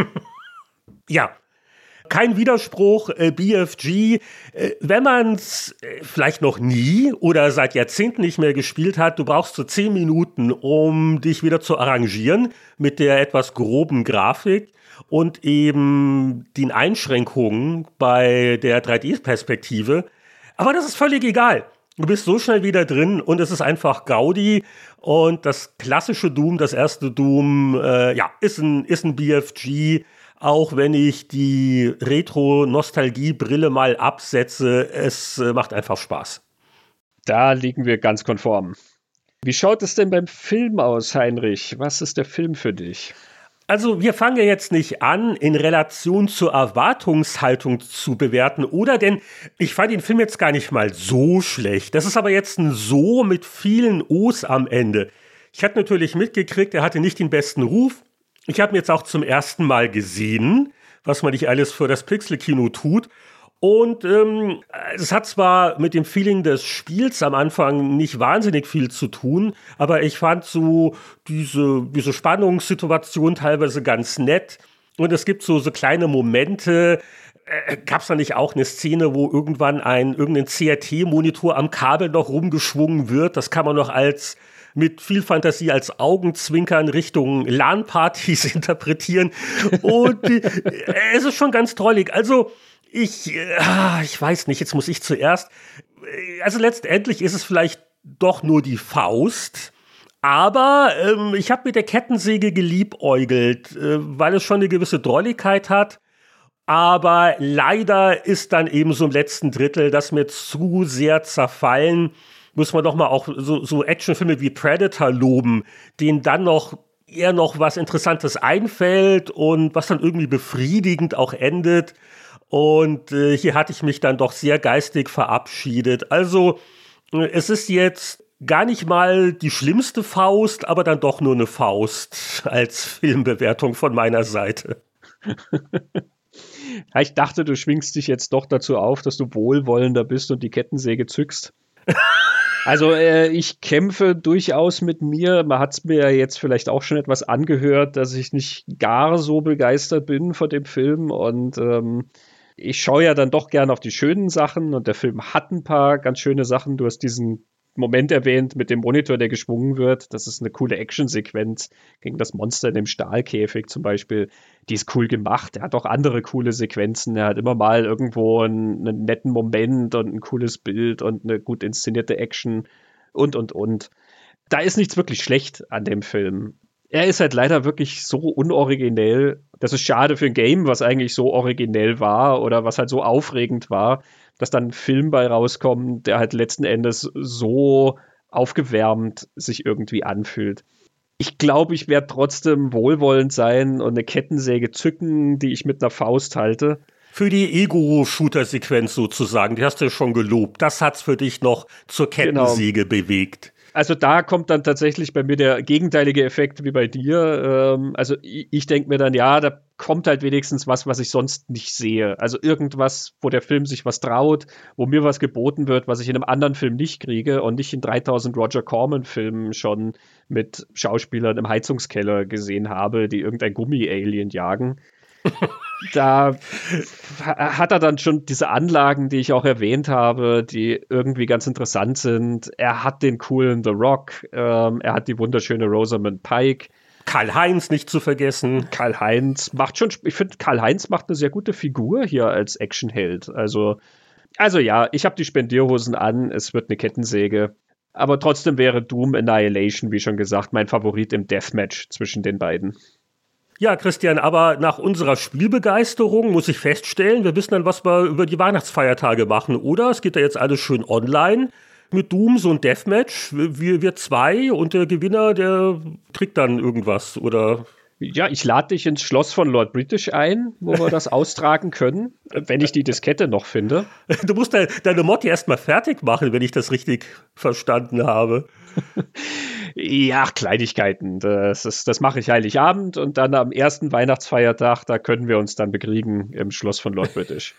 Ja. Kein Widerspruch, BFG, wenn man es vielleicht noch nie oder seit Jahrzehnten nicht mehr gespielt hat, du brauchst so 10 Minuten, um dich wieder zu arrangieren mit der etwas groben Grafik und eben den Einschränkungen bei der 3D-Perspektive. Aber das ist völlig egal. Du bist so schnell wieder drin und es ist einfach Gaudi und das klassische Doom, das erste Doom, ist ein BFG. Auch wenn ich die Retro-Nostalgie-Brille mal absetze, es macht einfach Spaß. Da liegen wir ganz konform. Wie schaut es denn beim Film aus, Heinrich? Was ist der Film für dich? Also wir fangen ja jetzt nicht an, in Relation zur Erwartungshaltung zu bewerten, oder? Denn ich fand den Film jetzt gar nicht mal so schlecht. Das ist aber jetzt ein So mit vielen O's am Ende. Ich hatte natürlich mitgekriegt, er hatte nicht den besten Ruf. Ich habe ihn jetzt auch zum ersten Mal gesehen, was man nicht alles für das Pixel-Kino tut. Und es hat zwar mit dem Feeling des Spiels am Anfang nicht wahnsinnig viel zu tun, aber ich fand so diese Spannungssituation teilweise ganz nett. Und es gibt so kleine Momente. Gab es da nicht auch eine Szene, wo irgendwann irgendein CRT-Monitor am Kabel noch rumgeschwungen wird? Das kann man noch mit viel Fantasie als Augenzwinkern Richtung LAN-Partys interpretieren. Und es ist schon ganz drollig. Also, ich weiß nicht, jetzt muss ich zuerst. Also letztendlich ist es vielleicht doch nur die Faust. Aber ich habe mit der Kettensäge geliebäugelt, weil es schon eine gewisse Drolligkeit hat. Aber leider ist dann eben so im letzten Drittel das mir zu sehr zerfallen. Muss man doch mal auch so Actionfilme wie Predator loben, denen dann noch eher noch was Interessantes einfällt und was dann irgendwie befriedigend auch endet. Und hier hatte ich mich dann doch sehr geistig verabschiedet. Also es ist jetzt gar nicht mal die schlimmste Faust, aber dann doch nur eine Faust als Filmbewertung von meiner Seite. Ja, ich dachte, du schwingst dich jetzt doch dazu auf, dass du wohlwollender bist und die Kettensäge zückst. Also ich kämpfe durchaus mit mir. Man hat es mir ja jetzt vielleicht auch schon etwas angehört, dass ich nicht gar so begeistert bin von dem Film. Und ich schaue ja dann doch gerne auf die schönen Sachen. Und der Film hat ein paar ganz schöne Sachen. Du hast diesen Moment erwähnt mit dem Monitor, der geschwungen wird. Das ist eine coole Actionsequenz gegen das Monster in dem Stahlkäfig zum Beispiel. Die ist cool gemacht. Er hat auch andere coole Sequenzen. Er hat immer mal irgendwo einen netten Moment und ein cooles Bild und eine gut inszenierte Action und. Da ist nichts wirklich schlecht an dem Film. Er ist halt leider wirklich so unoriginell. Das ist schade für ein Game, was eigentlich so originell war oder was halt so aufregend war, dass dann ein Film bei rauskommt, der halt letzten Endes so aufgewärmt sich irgendwie anfühlt. Ich glaube, ich werde trotzdem wohlwollend sein und eine Kettensäge zücken, die ich mit einer Faust halte. Für die Ego-Shooter-Sequenz sozusagen, die hast du ja schon gelobt. Das hat's für dich noch zur Kettensäge bewegt. Also da kommt dann tatsächlich bei mir der gegenteilige Effekt wie bei dir. Also ich denke mir dann, ja, da kommt halt wenigstens was ich sonst nicht sehe. Also irgendwas, wo der Film sich was traut, wo mir was geboten wird, was ich in einem anderen Film nicht kriege und nicht in 3000 Roger Corman-Filmen schon mit Schauspielern im Heizungskeller gesehen habe, die irgendein Gummi-Alien jagen. Da hat er dann schon diese Anlagen, die ich auch erwähnt habe, die irgendwie ganz interessant sind. Er hat den coolen The Rock, er hat die wunderschöne Rosamund Pike. Karl-Heinz nicht zu vergessen. Karl-Heinz ich finde, Karl-Heinz macht eine sehr gute Figur hier als Actionheld. Also ja, ich habe die Spendierhosen an, es wird eine Kettensäge. Aber trotzdem wäre Doom Annihilation, wie schon gesagt, mein Favorit im Deathmatch zwischen den beiden. Ja, Christian, aber nach unserer Spielbegeisterung muss ich feststellen, wir wissen dann, was wir über die Weihnachtsfeiertage machen, oder? Es geht ja jetzt alles schön online mit Doom, so ein Deathmatch. Wir zwei und der Gewinner, der kriegt dann irgendwas, oder? Ja, ich lade dich ins Schloss von Lord British ein, wo wir das austragen können, wenn ich die Diskette noch finde. Du musst deine Mod erstmal fertig machen, wenn ich das richtig verstanden habe. Ja, Kleinigkeiten. Das mache ich Heiligabend und dann am ersten Weihnachtsfeiertag, da können wir uns dann bekriegen im Schloss von Lord British.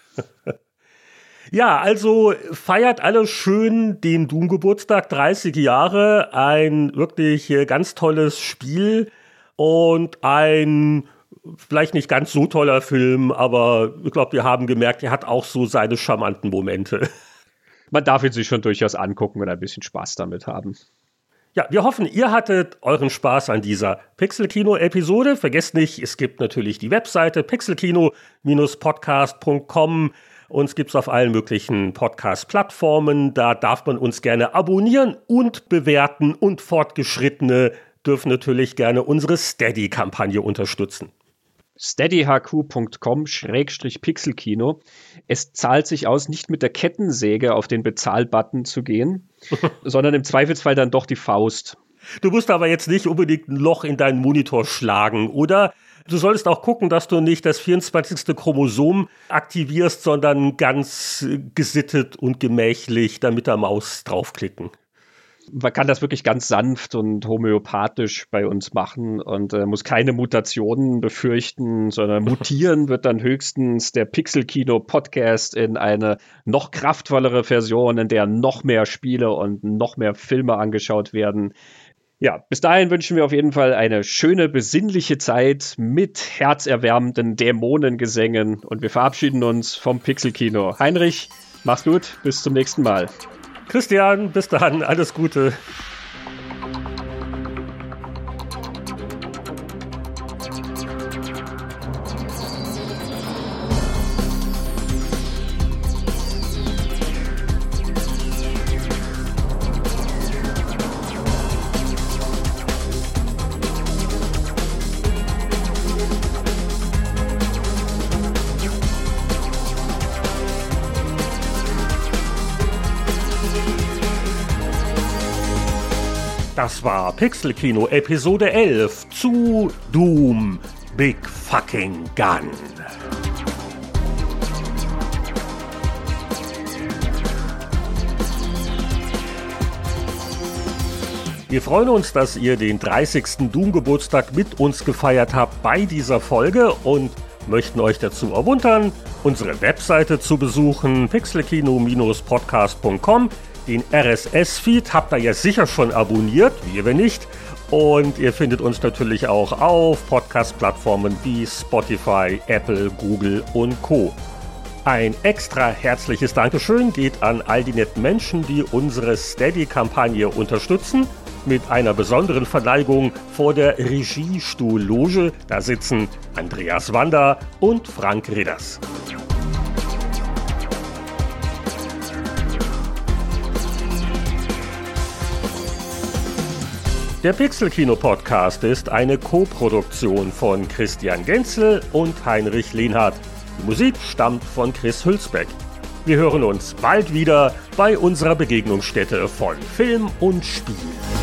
Ja, also feiert alle schön den Doom-Geburtstag, 30 Jahre, ein wirklich ganz tolles Spiel und ein vielleicht nicht ganz so toller Film, aber ich glaube, wir haben gemerkt, er hat auch so seine charmanten Momente. Man darf ihn sich schon durchaus angucken und ein bisschen Spaß damit haben. Ja, wir hoffen, ihr hattet euren Spaß an dieser Pixelkino-Episode. Vergesst nicht, es gibt natürlich die Webseite pixelkino-podcast.com. Uns gibt's auf allen möglichen Podcast-Plattformen. Da darf man uns gerne abonnieren und bewerten. Und Fortgeschrittene dürfen natürlich gerne unsere Steady-Kampagne unterstützen. steadyhq.com/Pixelkino. Es zahlt sich aus, nicht mit der Kettensäge auf den Bezahl-Button zu gehen, sondern im Zweifelsfall dann doch die Faust. Du musst aber jetzt nicht unbedingt ein Loch in deinen Monitor schlagen, oder? Du solltest auch gucken, dass du nicht das 24. Chromosom aktivierst, sondern ganz gesittet und gemächlich da mit der Maus draufklicken. Man kann das wirklich ganz sanft und homöopathisch bei uns machen und muss keine Mutationen befürchten, sondern mutieren wird dann höchstens der Pixelkino-Podcast in eine noch kraftvollere Version, in der noch mehr Spiele und noch mehr Filme angeschaut werden. Ja, bis dahin wünschen wir auf jeden Fall eine schöne, besinnliche Zeit mit herzerwärmenden Dämonengesängen und wir verabschieden uns vom Pixelkino. Heinrich, mach's gut, bis zum nächsten Mal. Christian, bis dann, alles Gute. Das war Pixelkino Episode 11 zu Doom Big Fucking Gun. Wir freuen uns, dass ihr den 30. Doom-Geburtstag mit uns gefeiert habt bei dieser Folge und möchten euch dazu ermuntern, unsere Webseite zu besuchen, pixelkino-podcast.com. Den RSS-Feed habt ihr ja sicher schon abonniert, wir nicht. Und ihr findet uns natürlich auch auf Podcast-Plattformen wie Spotify, Apple, Google und Co. Ein extra herzliches Dankeschön geht an all die netten Menschen, die unsere Steady-Kampagne unterstützen. Mit einer besonderen Verneigung vor der Regiestuhl-Loge. Da sitzen Andreas Wander und Frank Ridders. Der Pixelkino-Podcast ist eine Co-Produktion von Christian Genzel und Heinrich Lehnhardt. Die Musik stammt von Chris Hülsbeck. Wir hören uns bald wieder bei unserer Begegnungsstätte von Film und Spiel.